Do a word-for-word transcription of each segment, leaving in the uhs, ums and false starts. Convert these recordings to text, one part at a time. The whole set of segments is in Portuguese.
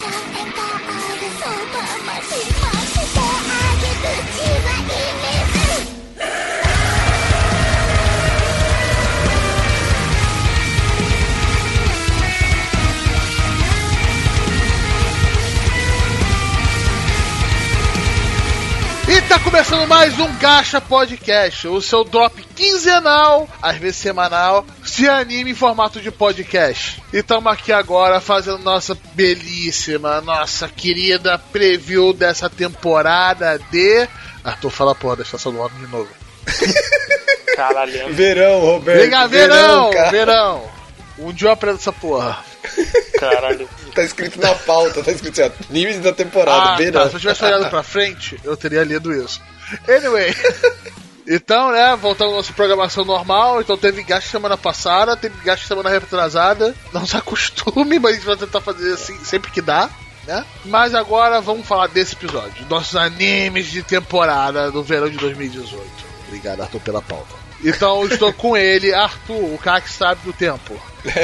E tá começando mais um Gacha Podcast, o seu drop quinzenal, às vezes semanal, de anime em formato de podcast. E estamos aqui agora fazendo nossa belíssima, nossa querida preview dessa temporada de... Arthur, fala a porra da Estação do Ano de novo. Caralho. Verão, Roberto. Liga, verão, verão. verão. Um dia eu aprendo essa porra. Caralho. Tá escrito na pauta, tá escrito assim, animes da temporada, ah, verão. Tá, se eu tivesse olhado pra frente, eu teria lido isso. Anyway, então, né, voltando à nossa programação normal. Então teve gasto semana passada, teve gasto semana retrasada. Não se acostume, mas a gente vai tentar fazer assim sempre que dá, né? Mas agora vamos falar desse episódio, nossos animes de temporada do verão de dois mil e dezoito. Obrigado, Arthur, pela pauta. Então eu estou com ele, Arthur, o cara que sabe do tempo.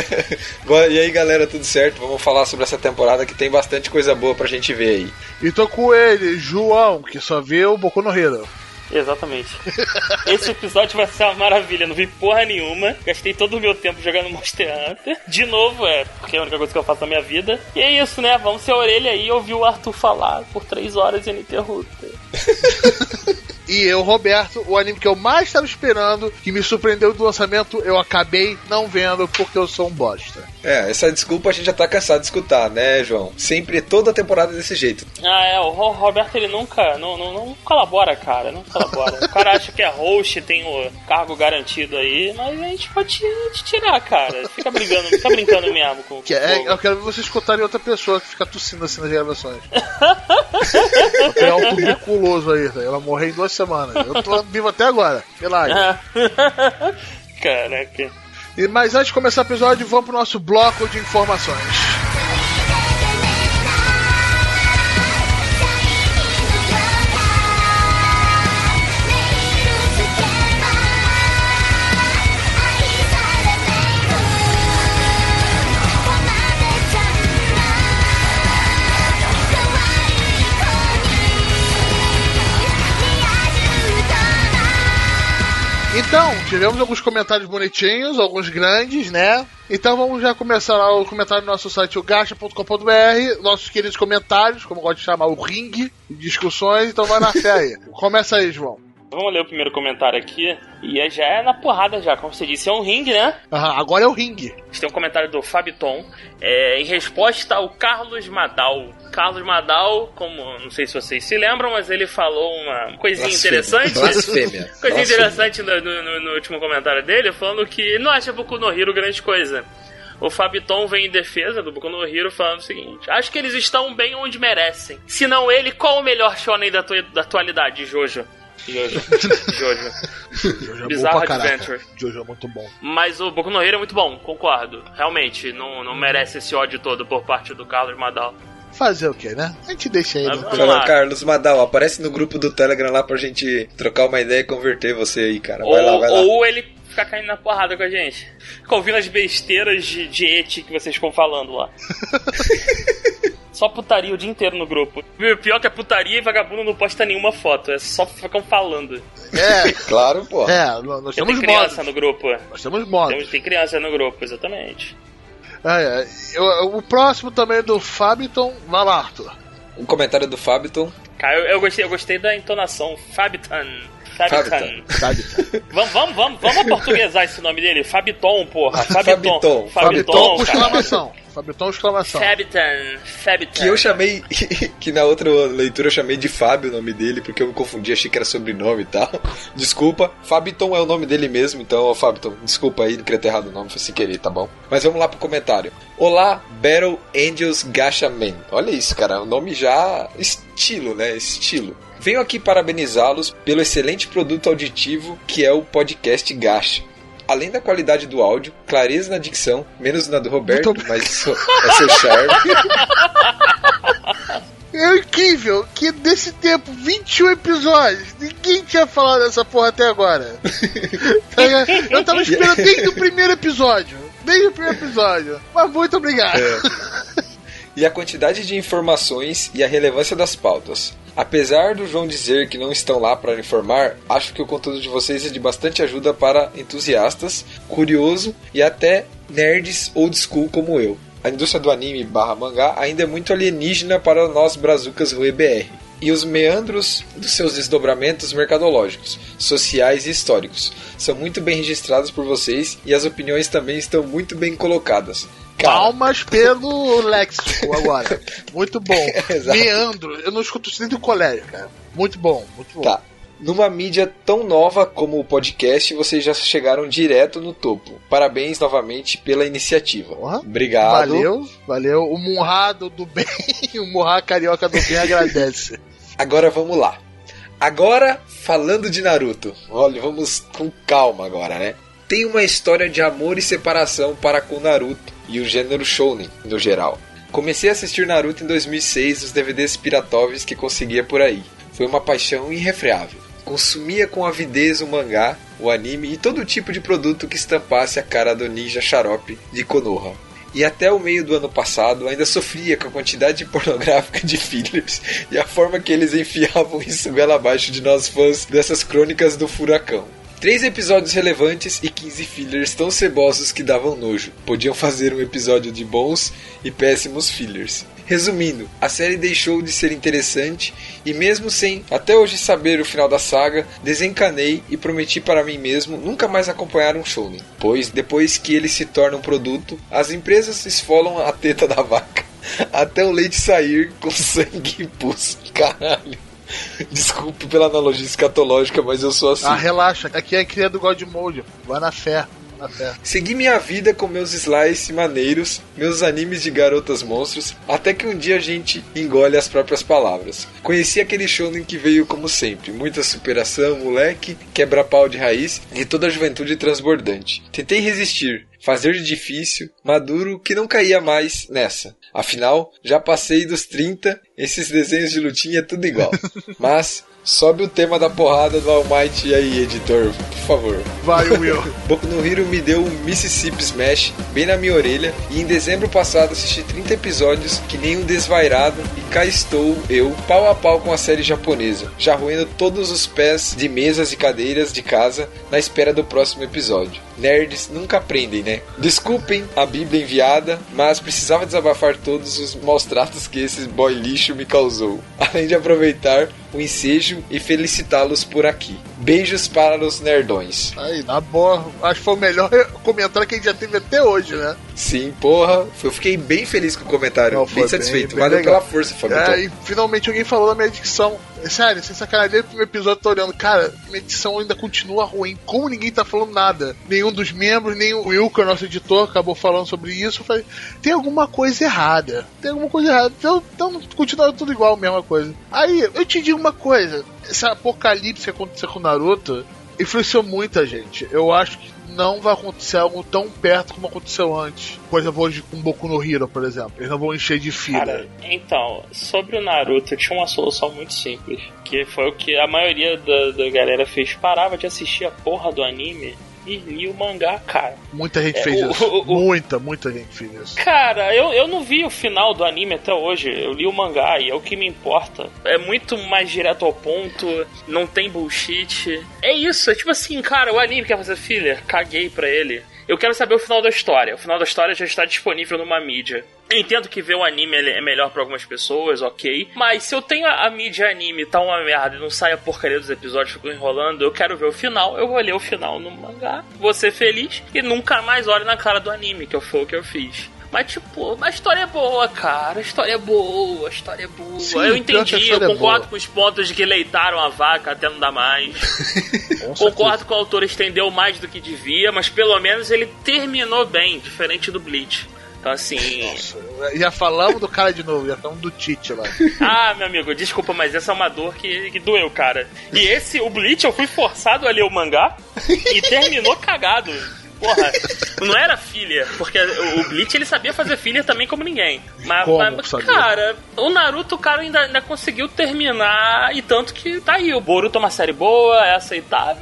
E aí, galera, tudo certo? Vamos falar sobre essa temporada que tem bastante coisa boa pra gente ver aí. E tô com ele, João, que só vê o Boku no Hero. Exatamente. Esse episódio vai ser uma maravilha. Não vi porra nenhuma. Gastei todo o meu tempo jogando Monster Hunter. De novo, é, porque é a única coisa que eu faço na minha vida. E é isso, né? Vamos ser a orelha aí e ouvir o Arthur falar por três horas ininterruptas. E eu, Roberto, o anime que eu mais estava esperando, que me surpreendeu do lançamento, eu acabei não vendo porque eu sou um bosta. É, essa desculpa a gente já tá cansado de escutar, né, João? Sempre, toda temporada desse jeito. Ah, é, o Roberto, ele nunca, não, não, não colabora, cara, não colabora. O cara acha que é host, tem o cargo garantido aí, mas a gente pode te, te tirar, cara. Fica brigando, fica brincando mesmo com, que com é, eu quero ver vocês escutarem outra pessoa que fica tossindo assim nas gravações. Vou pegar um tuberculoso aí, ela morreu em duas semanas. Eu tô vivo até agora. Milagre. Caraca. E, mas antes de começar o episódio, vamos pro nosso bloco de informações. Então, tivemos alguns comentários bonitinhos, alguns grandes, né? Então vamos já começar lá o comentário do nosso site, o gacha ponto com ponto b r, nossos queridos comentários, como eu gosto de chamar, o ringue de discussões, então vai na fé aí. Começa aí, João. Vamos ler o primeiro comentário aqui, e já é na porrada já, como você disse, é um ringue, né? Aham, agora é o ringue. A gente tem um comentário do Fabiton, é, em resposta ao Carlos Madal. Carlos Madal, como, não sei se vocês se lembram, mas ele falou uma coisinha Blasfêmia. interessante. Blasfêmia. Coisinha Blasfêmia. interessante no, no, no último comentário dele, falando que não acha Boku no Hero grande coisa. O Fabiton vem em defesa do Boku no Hero falando o seguinte: acho que eles estão bem onde merecem. Se não ele, qual o melhor shonen da, tu, da atualidade, Jojo? Jojo. Jojo. Jojo é Bizarro bom pra Adventure. caraca. Jojo é muito bom. Mas o Boku no Hero é muito bom, concordo. Realmente, não, não merece esse ódio todo por parte do Carlos Madal. Fazer o quê, né? A gente deixa ele. Mas, Fala, Carlos Madal, aparece no grupo do Telegram lá pra gente trocar uma ideia e converter você aí, cara. Vai ou, lá, vai lá. Ou ele ficar caindo na porrada com a gente. Fica ouvindo as besteiras de, de eti que vocês ficam falando lá. Só putaria o dia inteiro no grupo. O pior que é putaria e vagabundo não posta nenhuma foto. É só ficam falando. É. Claro, pô. É, nós temos tem criança modos. no grupo. Nós temos modos. Tem, tem criança no grupo, exatamente. É, é. Eu, o próximo também é do Fabiton. Vai lá, Arthur. Um comentário do Fabiton. Cara, eu, eu, gostei, eu gostei da entonação. Fabiton. Fabiton. Fabiton. Vamos, vamos, vamos, vamos aportuguesar esse nome dele. Fabiton, porra. Fabiton. Fabiton. Fabiton com exclamação. Fabiton exclamação. Fabiton. Fabiton. Que eu chamei, que na outra leitura eu chamei de Fábio o nome dele, porque eu me confundi, achei que era sobrenome e tal. Desculpa, Fabiton é o nome dele mesmo, então, ó, Fabiton, desculpa aí, não queria ter errado o nome, foi sem querer, tá bom? Mas vamos lá pro comentário. Olá, Battle Angels Gacha Man. Olha isso, cara, o nome já... estilo, né? Estilo. Venho aqui parabenizá-los pelo excelente produto auditivo que é o podcast Gacha. Além da qualidade do áudio, clareza na dicção, menos na do Roberto, Muito... mas isso é seu charme. É incrível que desse tempo, vinte e um episódios, ninguém tinha falado dessa porra até agora. Eu tava esperando desde o primeiro episódio. Desde o primeiro episódio. Mas muito obrigado. É. e a quantidade de informações e a relevância das pautas. Apesar do João dizer que não estão lá para informar, acho que o conteúdo de vocês é de bastante ajuda para entusiastas, curioso e até nerds old school como eu. A indústria do anime barra mangá ainda é muito alienígena para nós brazucas Rui B R. E os meandros dos seus desdobramentos mercadológicos, sociais e históricos são muito bem registrados por vocês e as opiniões também estão muito bem colocadas. Cara... Palmas pelo léxico agora. Muito bom. Meandro, eu não escuto isso desde o colégio, cara. Muito bom, muito bom. Tá. Numa mídia tão nova como o podcast, vocês já chegaram direto no topo. Parabéns novamente pela iniciativa. Uhum. Obrigado. Valeu, valeu. O Munhado do bem, o Munhá carioca do bem agradece. Agora vamos lá. Agora, falando de Naruto. Olha, vamos com calma agora, né? Tem uma história de amor e separação para com Naruto e o gênero shounen, no geral. Comecei a assistir Naruto em dois mil e seis, os D V Ds piratóveis que conseguia por aí. Foi uma paixão irrefreável. Consumia com avidez o mangá, o anime e todo tipo de produto que estampasse a cara do ninja xarope de Konoha. E até o meio do ano passado ainda sofria com a quantidade pornográfica de fillers e a forma que eles enfiavam isso goela abaixo de nós fãs dessas crônicas do furacão. Três episódios relevantes e quinze fillers tão cebosos que davam nojo. Podiam fazer um episódio de bons e péssimos fillers. Resumindo, a série deixou de ser interessante e mesmo sem até hoje saber o final da saga, desencanei e prometi para mim mesmo nunca mais acompanhar um shounen. Pois depois que ele se torna um produto, as empresas esfolam a teta da vaca até o leite sair com sangue e pus. Caralho. Desculpe pela analogia escatológica, mas eu sou assim. Ah, relaxa, aqui é cria do God Mode, vai na fé. Segui minha vida com meus slice maneiros, meus animes de garotas monstros, até que um dia a gente engole as próprias palavras. Conheci aquele shounen que veio como sempre, muita superação, moleque, quebra-pau de raiz e toda a juventude transbordante. Tentei resistir, fazer de difícil, maduro, que não caía mais nessa. Afinal, já passei dos trinta, esses desenhos de lutinha é tudo igual. Mas... sobe o tema da porrada do All Might aí, editor, por favor. Vai, Will. Boku no Hero me deu um Mississippi Smash bem na minha orelha e em dezembro passado assisti trinta episódios que nem um desvairado e cá estou eu, pau a pau com a série japonesa, já roendo todos os pés de mesas e cadeiras de casa na espera do próximo episódio. Nerds nunca aprendem, né? Desculpem a bíblia enviada, mas precisava desabafar todos os maus tratos que esse boy lixo me causou. Além de aproveitar o ensejo e felicitá-los por aqui. Beijos para os nerdões. Aí, na boa, acho que foi o melhor comentário que a gente já teve até hoje, né? Sim, porra, eu fiquei bem feliz com o comentário. Não, bem satisfeito. Bem, bem Valeu legal. Pela força, Fabio. É, e finalmente alguém falou da minha dicção. Sério, sem sacanagem, desde o primeiro episódio eu tô olhando, cara, minha edição ainda continua ruim. Como ninguém tá falando nada? Nenhum dos membros, nem o Will, que é o nosso editor, acabou falando sobre isso. Eu falei, tem alguma coisa errada. Tem alguma coisa errada. Então, então continua tudo igual, a mesma coisa. Aí, eu te digo uma coisa. Esse apocalipse que aconteceu com o Naruto influenciou muita gente. Eu acho que não vai acontecer algo tão perto como aconteceu antes. Por exemplo, hoje com Boku no Hero, por exemplo. Eles não vão encher de fila. Cara, então, sobre o Naruto, tinha uma solução muito simples. Que foi o que a maioria da, da galera fez. Parava de assistir a porra do anime e lia o mangá, cara. Muita gente é, fez o, isso. O, o, muita, muita gente fez isso. Cara, eu, eu não vi o final do anime até hoje. Eu li o mangá e é o que me importa. É muito mais direto ao ponto, não tem bullshit. É isso, é tipo assim, cara, o anime quer fazer filler, caguei pra ele. Eu quero saber o final da história. O final da história já está disponível numa mídia. Eu entendo que ver o anime é melhor pra algumas pessoas, ok. Mas se eu tenho a, a mídia anime, tá uma merda e não sai a porcaria dos episódios, ficam enrolando, eu quero ver o final, eu vou ler o final no mangá, vou ser feliz e nunca mais olho na cara do anime, que foi o que eu fiz. Mas, tipo, a história é boa, cara. A história é boa, a história é boa. Sim, eu entendi, eu concordo é com os pontos de que leitaram a vaca até não dar mais. com concordo que o autor estendeu mais do que devia, mas pelo menos ele terminou bem, diferente do Bleach. Então, assim... Nossa, já falamos do cara de novo, já falamos do Tite lá. Ah, meu amigo, desculpa, mas essa é uma dor que, que doeu, cara. E esse, o Bleach, eu fui forçado a ler o mangá e terminou cagado. Porra, não era filler, porque o Bleach ele sabia fazer filler também como ninguém. Mas, mas cara, o Naruto, o cara ainda, ainda conseguiu terminar, e tanto que tá aí. O Boruto é uma série boa, é aceitável.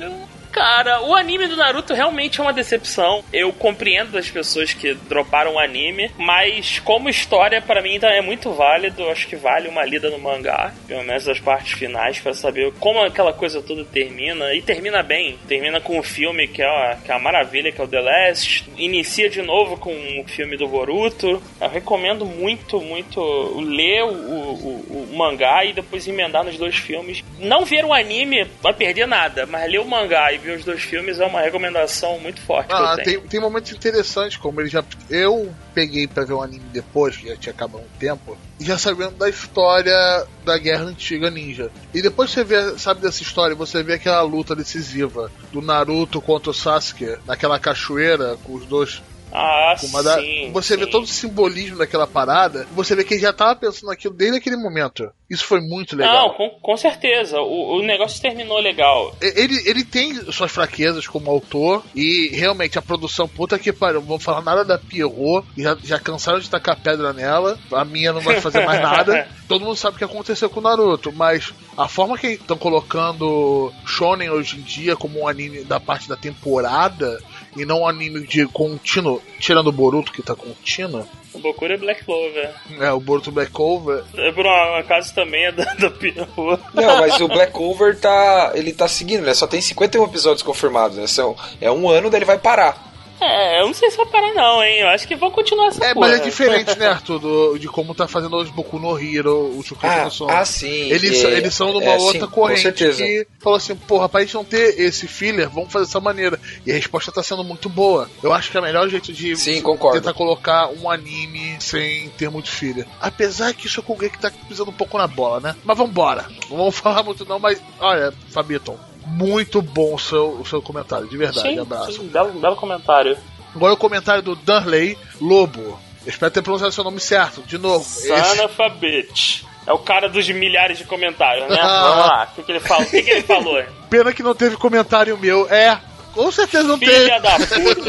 Cara, o anime do Naruto realmente é uma decepção. Eu compreendo das pessoas que droparam o anime, mas como história, pra mim, ainda é muito válido. Acho que vale uma lida no mangá, pelo menos as partes finais, pra saber como aquela coisa toda termina. E termina bem. Termina com o filme, que é uma, que é uma maravilha, que é o The Last. Inicia de novo com o filme do Boruto. Eu recomendo muito, muito ler o, o, o mangá e depois emendar nos dois filmes. Não ver o anime vai perder nada, mas ler o mangá e ver os dois filmes é uma recomendação muito forte. Ah, que eu tem, tem momentos interessantes, como ele já. Eu peguei pra ver o anime depois, que já tinha acabado um tempo, e já sabendo da história da Guerra Antiga Ninja. E depois você vê, sabe dessa história, você vê aquela luta decisiva do Naruto contra o Sasuke, naquela cachoeira, com os dois. Ah, da... sim. Você sim. vê todo o simbolismo daquela parada, você vê que ele já tava pensando naquilo desde aquele momento. Isso foi muito legal. Não, com, com certeza. O, o negócio terminou legal. Ele, ele tem suas fraquezas como autor, e realmente a produção, puta que pariu, não vou falar nada da Pierrot, já, já cansaram de tacar pedra nela, a minha não vai fazer mais nada. Todo mundo sabe o que aconteceu com o Naruto, mas a forma que estão colocando Shonen hoje em dia como um anime da parte da temporada, e não um anime de contínuo, tirando o Boruto que tá contínuo. O Bokura é Black Clover. É, o Boruto Black Clover. É por um acaso também é da, da Pierrot. Não, mas o Black Clover tá. Ele tá seguindo, né? Só tem cinquenta e um episódios confirmados, né? São, é um ano, daí ele vai parar. É, eu não sei se vai parar não, hein? Eu acho que vão continuar essa É, porra. mas é diferente, né, Arthur, do, de como tá fazendo os Boku no Hero, o Shokugeki Ah, no Soma. ah, sim. Eles, é, eles são de uma é, outra sim, corrente com certeza. que falou assim, porra, pra gente não ter esse filler, vamos fazer dessa maneira. E a resposta tá sendo muito boa. Eu acho que é o melhor jeito de Sim, concordo. tentar colocar um anime sem ter muito filler. Apesar que o Shokugeki tá pisando um pouco na bola, né? Mas vambora. Não vamos falar muito não, mas olha, Fabiton, muito bom o seu, o seu comentário, de verdade. Sim, abraço. sim, belo, belo comentário. Agora o comentário do Darley Lobo. Eu espero ter pronunciado seu nome certo. De novo. Son of a bitch. É o cara dos milhares de comentários, né? Vamos lá. O que, que ele falou? O que, que ele falou? Pena que não teve comentário meu. É, com certeza não Filha teve. Filha da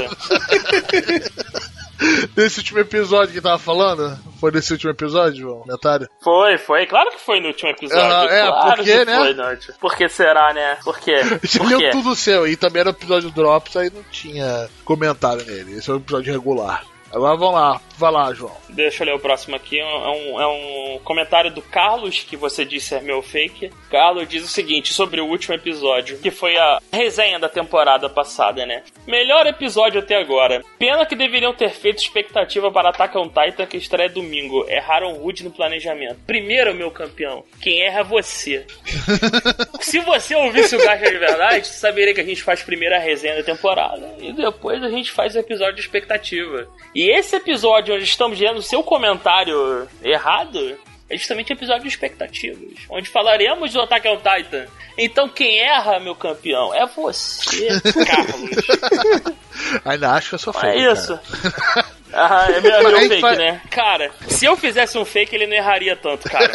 puta. Desse último episódio que tava falando? Foi desse último episódio, João? Comentário? Foi, foi. Claro que foi no último episódio. Ah, é, claro por quê, que né? Foi, no último. Por que será, né? Por quê? Já Por quê? leu tudo seu. E também era o episódio Drops, aí não tinha comentário nele. Esse é um episódio regular. Agora vamos lá, vai lá, João. Deixa eu ler o próximo aqui. É um, é um comentário do Carlos, que você disse é meu fake. Carlos diz o seguinte sobre o último episódio, que foi a resenha da temporada passada, né? Melhor episódio até agora. Pena que deveriam ter feito expectativa para Attack on Titan, que estreia domingo. Erraram rude no planejamento. Primeiro, meu campeão, quem erra é você. Se você ouvisse o Gacha de verdade, você saberia que a gente faz primeiro a resenha da temporada e depois a gente faz o episódio de expectativa. E esse episódio onde estamos lendo o seu comentário errado é justamente o episódio de expectativas, onde falaremos do Attack on Titan. Então quem erra, meu campeão, é você, Carlos. Ainda acho que eu sou fake. É isso. Ah, é meu, é meu fake, faz... né? Cara, se eu fizesse um fake, ele não erraria tanto, cara.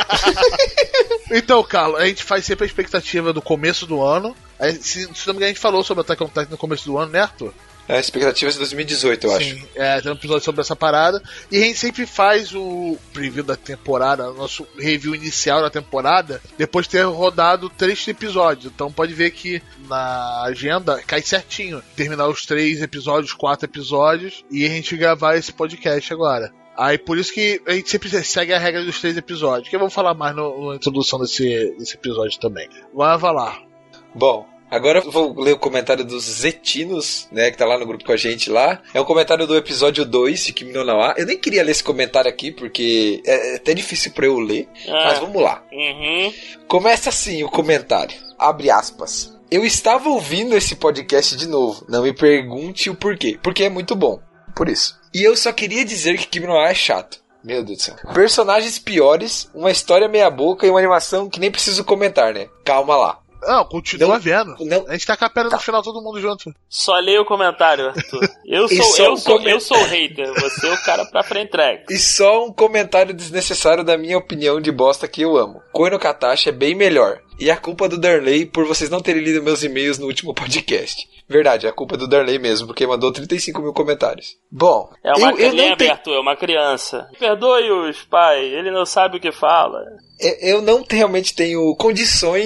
Então, Carlos, a gente faz sempre a expectativa do começo do ano. Aí, se, se não me engano, a gente falou sobre Attack on Titan no começo do ano, né, Arthur? É, expectativas de dois mil e dezoito, eu Sim, acho. É, tem um episódio sobre essa parada. E a gente sempre faz o preview da temporada, nosso review inicial da temporada, depois de ter rodado três episódios. Então pode ver que na agenda cai certinho. Terminar os três episódios, quatro episódios, e a gente gravar esse podcast agora. Aí por isso que a gente sempre segue a regra dos três episódios, que eu vou falar mais no, na introdução desse, desse episódio também. Vai, vai lá. Bom, agora eu vou ler o comentário dos Zetinos, né, que tá lá no grupo com a gente lá. É um comentário do episódio dois de Kimi no Na wa. Eu nem queria ler esse comentário aqui, porque é até difícil pra eu ler, Ah. mas vamos lá. Uhum. Começa assim o comentário, abre aspas. Eu estava ouvindo esse podcast de novo, não me pergunte o porquê, porque é muito bom, por isso. E eu só queria dizer que Kimi no Na wa é chato. Meu Deus do céu. Personagens piores, uma história meia boca e uma animação que nem preciso comentar, né? Calma lá. Não, continua Não, vendo. não. A gente tá com a pedra Tá. no final, todo mundo junto. Só leia o comentário, Arthur. Eu E sou, só eu um sou, comen- eu sou o hater, você é o cara pra frente track. E só um comentário desnecessário da minha opinião de bosta que eu amo. Koi no Katashi é bem melhor. E a culpa do Darley por vocês não terem lido meus e-mails no último podcast. Verdade, a culpa é do Darley mesmo, porque mandou trinta e cinco mil comentários. Bom, É uma eu, eu lembra, não tenho... Arthur, é uma criança. Perdoe-os, pai, ele não sabe o que fala. Eu não realmente tenho condições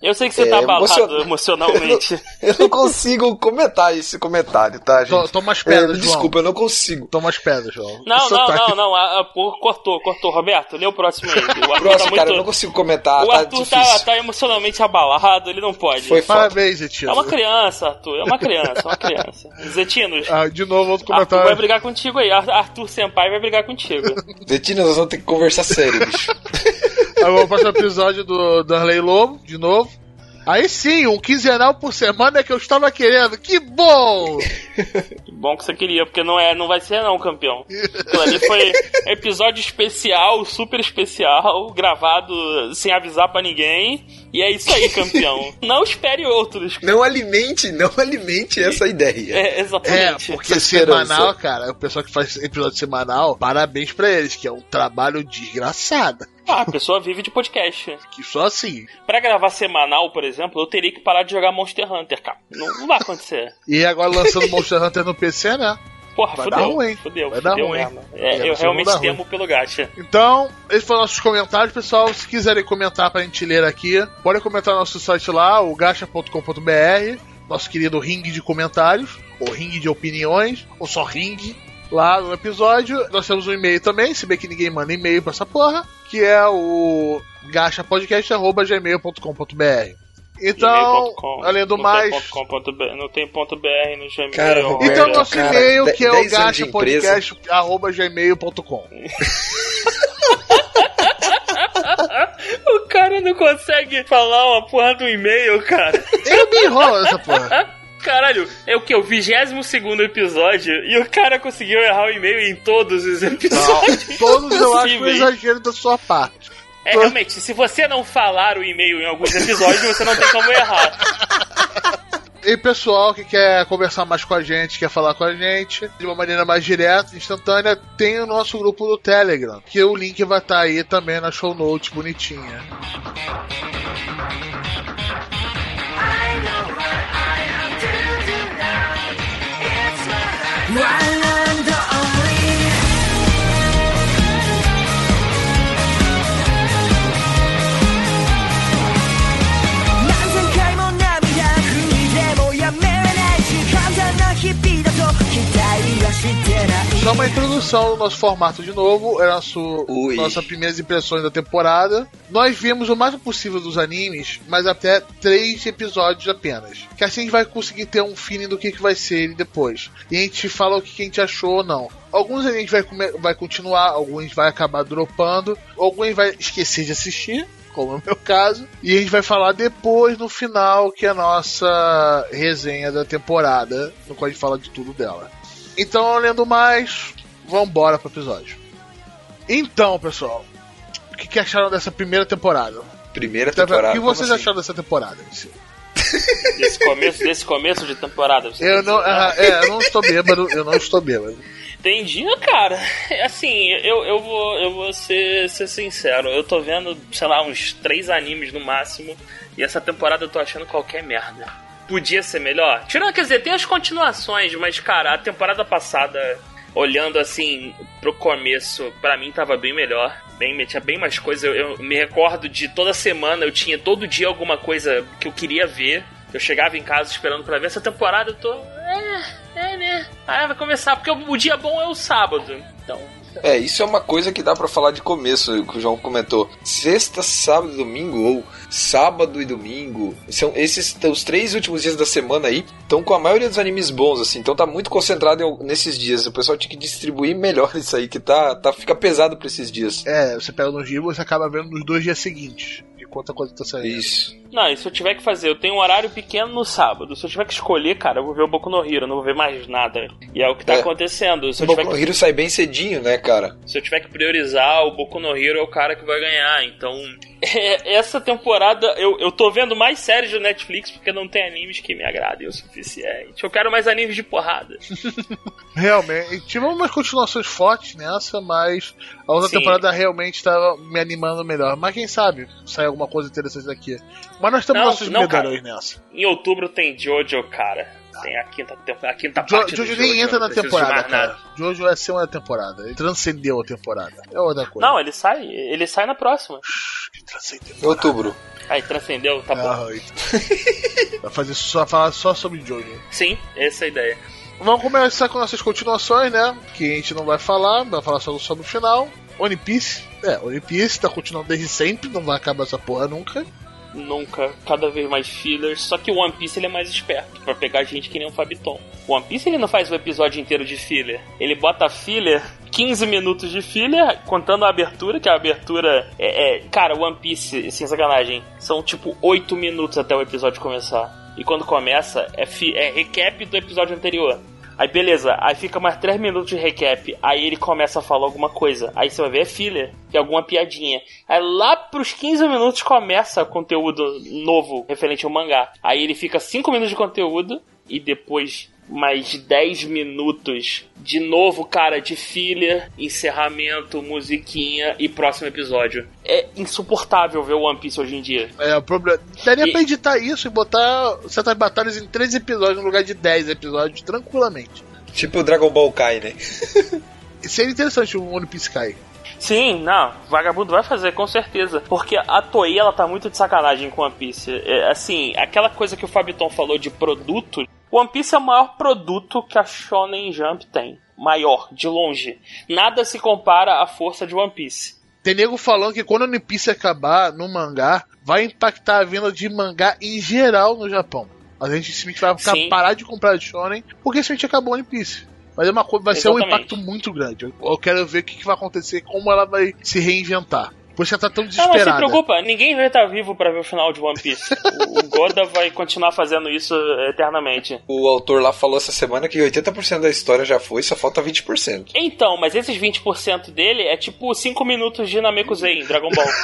Eu sei que você É, tá abalado emociona- emocionalmente. Eu não, eu não consigo comentar esse comentário, tá, gente? To- Toma as pedras, É, João. desculpa, eu não consigo. Toma as pedras, João. Não, Isso não, tá- não, não. A, a, pô, cortou, cortou. Roberto, lê o próximo aí. O Arthur tá Próximo, muito... cara, eu não consigo comentar, O tá Arthur tá, difícil. tá emocionalmente abalado, ele não pode. Foi foda. Parabéns, Zetino. É uma criança, Arthur. É uma criança, é uma criança. Zetinos, Ah, de novo, outro Arthur comentário. vai brigar contigo aí. Ar- Arthur Senpai vai brigar contigo. Zetina, nós vamos ter que conversar sério, bicho. Agora o próximo episódio do Darley Lobo, de novo. Aí sim, um quinzenal por semana é que eu estava querendo. Que bom! Que bom que você queria, porque não, é, não vai ser não, campeão. Aquilo ali foi episódio especial, super especial, gravado sem avisar pra ninguém. E é isso aí, campeão. Não espere outros. Não alimente, não alimente essa ideia. É, É, exatamente. porque Essa esperança. semanal, cara, o pessoal que faz episódio semanal, parabéns pra eles, que é um trabalho desgraçado. Ah, a pessoa vive de podcast. Que só assim. Pra gravar semanal, por exemplo, eu teria que parar de jogar Monster Hunter, cara. Não, não vai acontecer. E agora lançando Monster Hunter no P C, né? Porra, Vai fudeu. dar ruim. Fudeu, Vai dar fudeu ruim. mesmo. É, É, eu você realmente não dá temo pelo gacha. Então, esses foram nossos comentários, pessoal. Se quiserem comentar pra gente ler aqui, podem comentar no nosso site lá, o gacha ponto com ponto b r, nosso querido ringue de comentários, ou ringue de opiniões, ou só ringue, lá no episódio. Nós temos um e-mail também, se bem que ninguém manda e-mail pra essa porra, que é o gacha podcast arroba gmail ponto com ponto b r. Então, gmail ponto com, além do não mais... Tem ponto com ponto b r, não tem ponto .br no Gmail. Cara, Roberto, Então, nosso cara, e-mail, que é o dez anos de gacha podcast arroba gmail ponto com. O cara não consegue falar uma porra do e-mail, cara. Eu me enrolo nessa porra. Caralho, é o que? O vigésimo segundo episódio e o cara conseguiu errar o e-mail em todos os episódios. Todos eu acho que foi possíveis. exagero da sua parte. É, realmente, se você não falar o e-mail em alguns episódios, você não tem como errar. E pessoal que quer conversar mais com a gente, quer falar com a gente de uma maneira mais direta, instantânea, tem o nosso grupo do Telegram, que o link vai estar aí também na show notes bonitinha. Só uma introdução do nosso formato de novo, é nosso, Ui. nossas primeiras impressões da temporada. Nós vimos o máximo possível dos animes, mas até três episódios apenas. Que assim a gente vai conseguir ter um feeling do que, que vai ser ele depois. E a gente fala o que, que a gente achou ou não. Alguns a gente vai, come- vai continuar, alguns vai acabar dropando, alguns vai esquecer de assistir, como é o meu caso, e a gente vai falar depois, no final, que é a nossa resenha da temporada, no qual a gente fala de tudo dela. Então, além mais, vambora pro episódio. Então, pessoal, o que, que acharam dessa primeira temporada? Primeira temporada. O que vocês como assim? acharam dessa temporada? em si? Desse começo, desse começo de temporada. Você Eu quer não, dizer, ah, é, eu não estou bêbado, eu não estou bêbado. Entendi, cara. É assim, eu, eu vou, eu vou ser, ser sincero. Eu tô vendo, sei lá, uns três animes no máximo. E essa temporada eu tô achando qualquer merda. Podia ser melhor? Tirando, quer dizer, tem as continuações, mas, cara, a temporada passada, olhando assim pro começo, pra mim tava bem melhor. Bem, tinha bem mais coisa. Eu, eu me recordo de toda semana, eu tinha todo dia alguma coisa que eu queria ver. Eu chegava em casa esperando pra ver. Essa temporada eu tô. É, é, né? Ah, vai começar, porque o, o dia bom é o sábado. Então. É, isso é uma coisa que dá pra falar de começo, que o João comentou. Sexta, sábado e domingo, ou sábado e domingo. São esses os três últimos dias da semana aí. Estão com a maioria dos animes bons, assim. Então tá muito concentrado em, nesses dias. O pessoal tinha que distribuir melhor isso aí, que tá, tá, fica pesado pra esses dias. É, você pega nos dias e você acaba vendo nos dois dias seguintes, enquanto a coisa tá saindo. Isso. Não, e se eu tiver que fazer, eu tenho um horário pequeno no sábado. Se eu tiver que escolher, cara, eu vou ver o Boku no Hero, eu não vou ver mais nada. E é o que tá É. acontecendo. Se O eu, tiver Boku no que, Hero sai bem cedinho, né, cara? se eu tiver que priorizar, o Boku no Hero é o cara que vai ganhar. Então, é, essa temporada eu, eu tô vendo mais séries do Netflix porque não tem animes que me agradem o suficiente. Eu quero mais animes de porrada. Realmente, tivemos umas continuações fortes nessa, mas a outra Sim. temporada realmente estava me animando melhor. Mas quem sabe sai alguma coisa interessante daqui. Mas nós temos Não, nossos não, medalhões nessa. Em outubro tem Jojo, cara. Tem a quinta, tempo- a quinta Jo- parte Jojo do nem Jojo, entra eu na não preciso de temporada, mais nada. cara. Jojo é segunda temporada. Ele transcendeu a temporada. É outra coisa. Não, ele sai, ele sai na próxima. transcendeu. Outubro. Aí, transcendeu, tá bom. Ah, vai fazer só, falar só sobre Jojo. Sim, essa é a ideia. Vamos começar com nossas continuações, né? Que a gente não vai falar, vai falar só, só no final. One Piece. É, One Piece tá continuando desde sempre, não vai acabar essa porra nunca. Nunca, cada vez mais fillers. Só que o One Piece ele é mais esperto pra pegar gente que nem o Fabiton. O One Piece ele não faz o episódio inteiro de filler. Ele bota filler, quinze minutos de filler, contando a abertura, que a abertura é... é cara, o One Piece, sem sacanagem, são tipo oito minutos até o episódio começar. E quando começa, é, fi, é recap do episódio anterior. Aí beleza, aí fica mais três minutos de recap. Aí ele começa a falar alguma coisa. Aí você vai ver é filler, que é alguma piadinha. Aí lá pros quinze minutos começa conteúdo novo referente ao mangá. Aí ele fica cinco minutos de conteúdo e depois mais dez minutos de novo, cara, de filler, encerramento, musiquinha e próximo episódio. É insuportável ver o One Piece hoje em dia. É, o problema. Daria E- pra editar isso e botar certas batalhas em três episódios no lugar de dez episódios, tranquilamente. Tipo o Dragon Ball Kai, né? Seria interessante um One Piece Kai. Sim, não, Vagabundo vai fazer, com certeza. Porque a Toei, ela tá muito de sacanagem com One Piece. É, assim, aquela coisa que o Fabiton falou de produto, One Piece é o maior produto que a Shonen Jump tem. Maior, de longe. Nada se compara à força de One Piece. Tem nego falando que quando o One Piece acabar no mangá, vai impactar a venda de mangá em geral no Japão. A gente simplesmente vai ficar, Sim. parar de comprar de Shonen porque simplesmente acabou o One Piece. Mas é uma coisa, vai ser um Exatamente. impacto muito grande. Eu, eu quero ver o que, que vai acontecer, como ela vai se reinventar. Por isso ela tá tão Não, mas se desesperada. preocupa, ninguém vai estar vivo pra ver o final de One Piece. O, o Goda vai continuar fazendo isso eternamente. O autor lá falou essa semana que oitenta por cento da história já foi, só falta vinte por cento. Então, mas esses vinte por cento dele é tipo cinco minutos de Namekusei em Dragon Ball.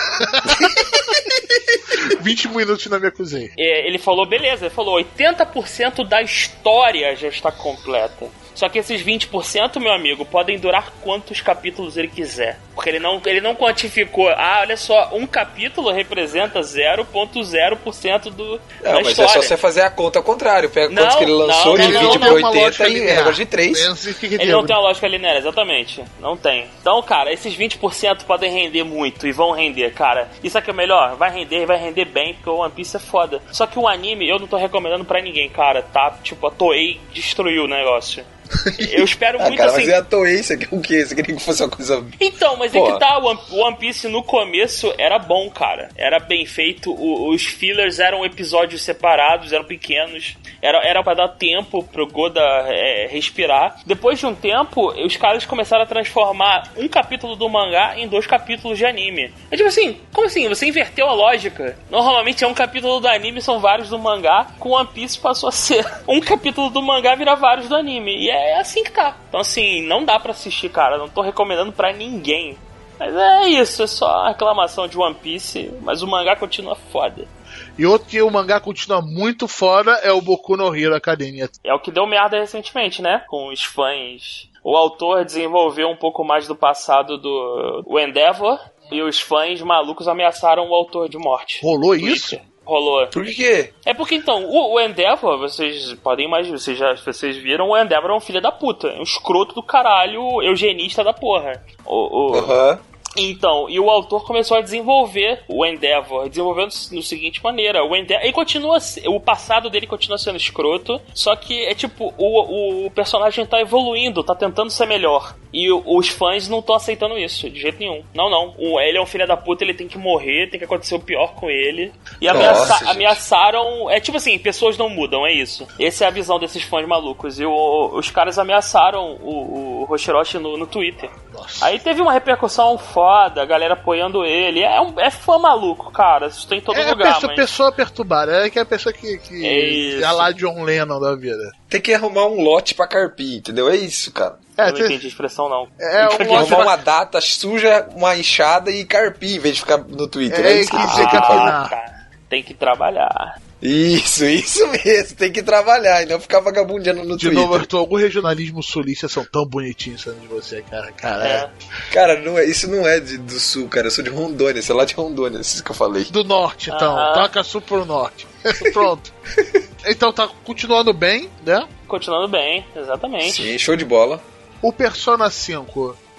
vinte minutos na minha cozinha. É, ele falou, beleza, ele falou oitenta por cento da história já está completa. Só que esses vinte por cento, meu amigo, podem durar quantos capítulos ele quiser. Porque ele não, ele não quantificou. Ah, olha só, um capítulo representa zero vírgula zero por cento do, Não, da mas história. é só você fazer a conta ao contrário. Pega Não, quantos que ele lançou, não, não, divide não, por não, uma oitenta lógica e linear. negócio de três. Pensa em que que Ele tem. não tem uma lógica linear, exatamente. Não tem. Então, cara, esses vinte por cento podem render muito e vão render, cara. Isso aqui é o melhor? Vai render e vai render bem, porque o One Piece é foda. Só que o anime, eu não tô recomendando pra ninguém, cara, tá? Tipo, a Toei destruiu o negócio. Eu espero Ah, muito cara, assim... mas é a Toei, você quer o quê? Você queria que fosse uma coisa... Então, mas é Porra. que tá, o One- o One Piece no começo era bom, cara. Era bem feito, o- os fillers eram episódios separados, eram pequenos. Era, era pra dar tempo pro Goda é, respirar. Depois de um tempo, os caras começaram a transformar um capítulo do mangá em dois capítulos de anime. É tipo assim, como assim? Você inverteu a lógica. Normalmente é um capítulo do anime, são vários do mangá. Com One Piece passou a ser um capítulo do mangá vira vários do anime. E é assim que tá. Então assim, não dá pra assistir, cara. Não tô recomendando pra ninguém. Mas é isso, é só reclamação de One Piece. Mas o mangá continua foda. E outro que o mangá continua muito fora é o Boku no Hero Academia. É o que deu merda recentemente, né? Com os fãs. O autor desenvolveu um pouco mais do passado do o Endeavor. E os fãs malucos ameaçaram o autor de morte. Rolou Twitter. isso? Rolou. Por que? É porque então, o, o Endeavor, vocês podem imaginar, vocês já vocês viram, o Endeavor é um filho da puta. É um escroto do caralho, eugenista da porra. O, o, Aham. Então, e o autor começou a desenvolver o Endeavor, desenvolvendo no seguinte maneira, o Endeavor, ele continua, o passado dele continua sendo escroto, só que é tipo, o, o personagem tá evoluindo, tá tentando ser melhor, e o, os fãs não estão aceitando isso, de jeito nenhum. Não, não, o, ele é um filho da puta, ele tem que morrer, tem que acontecer o pior com ele, e Nossa, ameaça, gente. ameaçaram, é tipo assim, pessoas não mudam, é isso. Essa é a visão desses fãs malucos, e o, os caras ameaçaram o, o Hoshiroshi no, no Twitter. Nossa. Aí teve uma repercussão foda, a galera apoiando ele. É, um, é fã maluco, cara. Isso tem em todo É a lugar, pessoa, mas... pessoa perturbada, é que é a pessoa que, que É isso. é a lá John Lennon da vida. Tem que arrumar um lote pra carpir, entendeu? É isso, cara. É, Eu não tem- entendi a expressão, não. É, um Tem que lote arrumar pra- uma data suja, uma enxada e carpir, em vez de ficar no Twitter. É, É, isso que que ele dizer tem que que é fazer. pra- Ah, tá. Tem que trabalhar. Isso, isso mesmo. Tem que trabalhar e não ficar vagabundeando no De Twitter. novo, Arthur, algum regionalismo sulista são tão bonitinhos falando de você, cara. Cara, É. Cara, não é, isso não é de- do sul, cara. Eu sou de Rondônia, sei lá de Rondônia, isso que eu falei. do norte, então. Aham. Toca sul pro norte. Pronto. Então tá continuando bem, né? Continuando bem, exatamente. Sim, show de bola. O Persona cinco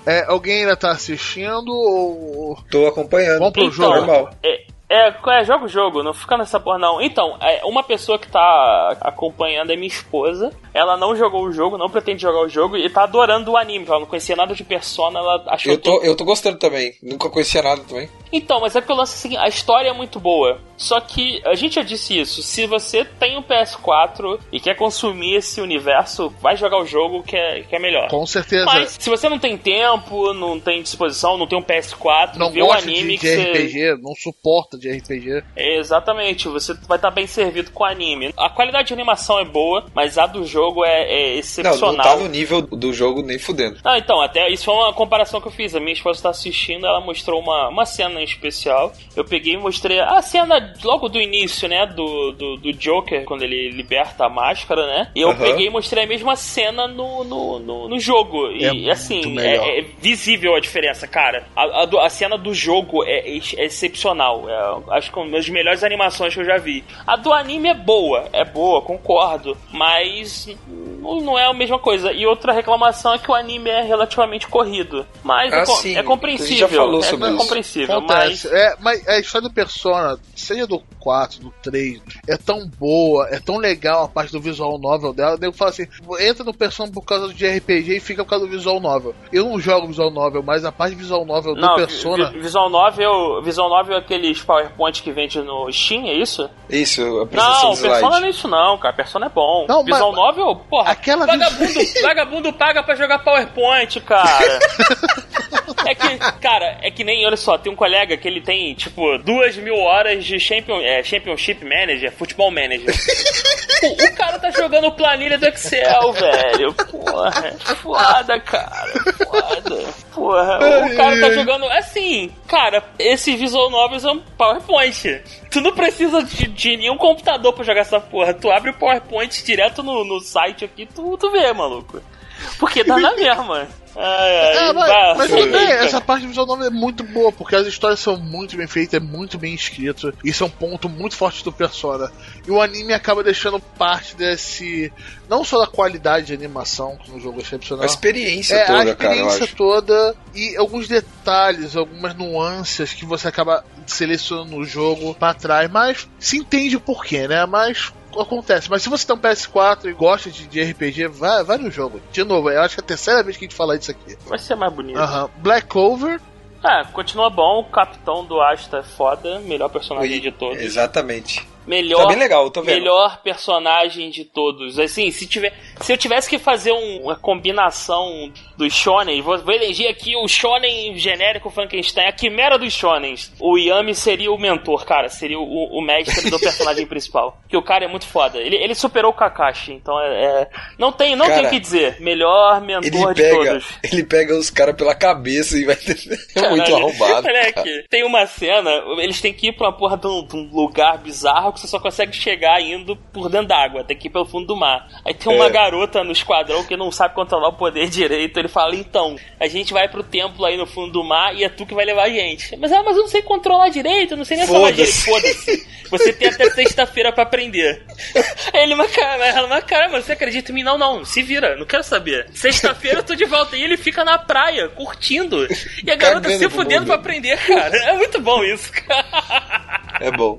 É, alguém ainda tá assistindo ou... Tô acompanhando. Vamos pro Então, jogo. normal. É, é, é, joga o jogo, não fica nessa porra não. Então, é, uma pessoa que tá acompanhando é minha esposa. Ela não jogou o jogo, não pretende jogar o jogo e tá adorando o anime. Ela não conhecia nada de Persona, ela achou Eu tô, tudo... eu tô gostando também. Nunca conhecia nada também. Então, mas é porque o lance assim, a história é muito boa. Só que, a gente já disse isso, se você tem um P S quatro e quer consumir esse universo, vai jogar o jogo que é, que é melhor. Com certeza. Mas, se você não tem tempo, não tem disposição, não tem um P S quatro, não vê o gosta anime de, que de você... R P G, não suporta de R P G. Exatamente, você vai estar bem servido com o anime. A qualidade de animação é boa, mas a do jogo é, é excepcional. Não, não tá no nível do jogo nem fudendo. Ah, então, até isso foi uma comparação que eu fiz. A minha esposa está assistindo, ela mostrou uma, uma cena em especial. Eu peguei e mostrei a cena logo do início, né, do, do, do Joker, quando ele liberta a máscara, né? E eu Uhum. peguei e mostrei a mesma cena no, no, no, no jogo. E, É assim, é, é visível a diferença, cara. A, a, do, a cena do jogo é, é excepcional. É, acho que é uma das melhores animações que eu já vi. A do anime é boa, é boa, concordo. Mas não é a mesma coisa. E outra reclamação é que o anime é relativamente corrido. Mas Ah, é, co- sim. é compreensível. A gente já falou é, sobre é isso. compreensível, Acontece. mas... É, mas a história do Persona, seja do quatro, do três, é tão boa, é tão legal a parte do visual novel dela. Eu falo assim, entra no Persona por causa de R P G e fica por causa do visual novel. Eu não jogo visual novel, mas a parte visual novel Não, do Persona... vi- Visual Novel, Visual Novel é aqueles PowerPoint que vende no Steam, é isso? Isso, a apresentação Não, do slide. Persona não é isso não, cara. Persona é bom. Não, Visual mas- Novel, porra, Aquela vagabundo, vagabundo paga pra jogar PowerPoint, cara. É que, cara, é que nem, olha só, tem um colega que ele tem, tipo, duas mil horas de champion, é, Championship Manager, Futebol Manager. O, o cara tá jogando planilha do Excel, velho. Porra, é foda, cara. Foda. Porra, o cara tá jogando, assim, cara, esse Visual Novels é um PowerPoint. Tu não precisa de, de nenhum computador pra jogar essa porra. Tu abre o PowerPoint direto no, no site aqui, tu, tu vê, maluco. Porque dá na mesma. Ai, ai, É, mas, vai, mas vai, também, vai. essa parte do visual novel é muito boa, porque as histórias são muito bem feitas, é muito bem escrito. Isso é um ponto muito forte do Persona. E o anime acaba deixando parte desse... Não só da qualidade de animação, que no jogo é excepcional. A experiência É, toda, a cara, eu experiência acho. toda e alguns detalhes, algumas nuances que você acaba selecionando no jogo pra trás. Mas se entende o porquê, né? Mas... acontece, mas se você tem um P S quatro e gosta de, de R P G, vai, vai no jogo. De novo, eu acho que é a terceira vez que a gente fala disso aqui. Vai ser mais bonito. Aham. Black Clover. Ah, continua bom, o capitão do Asta é foda, melhor personagem de todos. Exatamente. Melhor, Tá bem legal, tô vendo. melhor personagem de todos. Assim, se, tiver, se eu tivesse que fazer um, uma combinação dos shonen, vou, vou eleger aqui o shonen genérico Frankenstein, a quimera dos shonens. O Yami seria o mentor, cara, seria o, o mestre do personagem principal. Que o cara é muito foda. Ele, ele superou o Kakashi, então é... é não tem não Cara, tem o que dizer. Melhor mentor Ele de pega, todos. ele pega os caras pela cabeça e vai ter... É muito Caralho. arrombado. Moleque, tem uma cena, eles têm que ir pra uma porra de um, de um lugar bizarro que você só consegue chegar indo por dentro d'água, tem que ir pelo fundo do mar. Aí tem uma É. garota no esquadrão que não sabe controlar o poder direito, ele fala, então, a gente vai pro templo aí no fundo do mar e é tu que vai levar a gente. Mas, ah, mas eu não sei controlar direito, eu não sei nem falar direito. Foda-se. Você tem até sexta-feira pra aprender. Aí ele, mas cara, ela, mas cara, mas você acredita em mim? Não, não, se vira, não quero saber. Sexta-feira eu tô de volta. E ele fica na praia, curtindo. E a garota Cagando se pro fudendo mundo. pra aprender, cara. É muito bom isso, cara. É bom.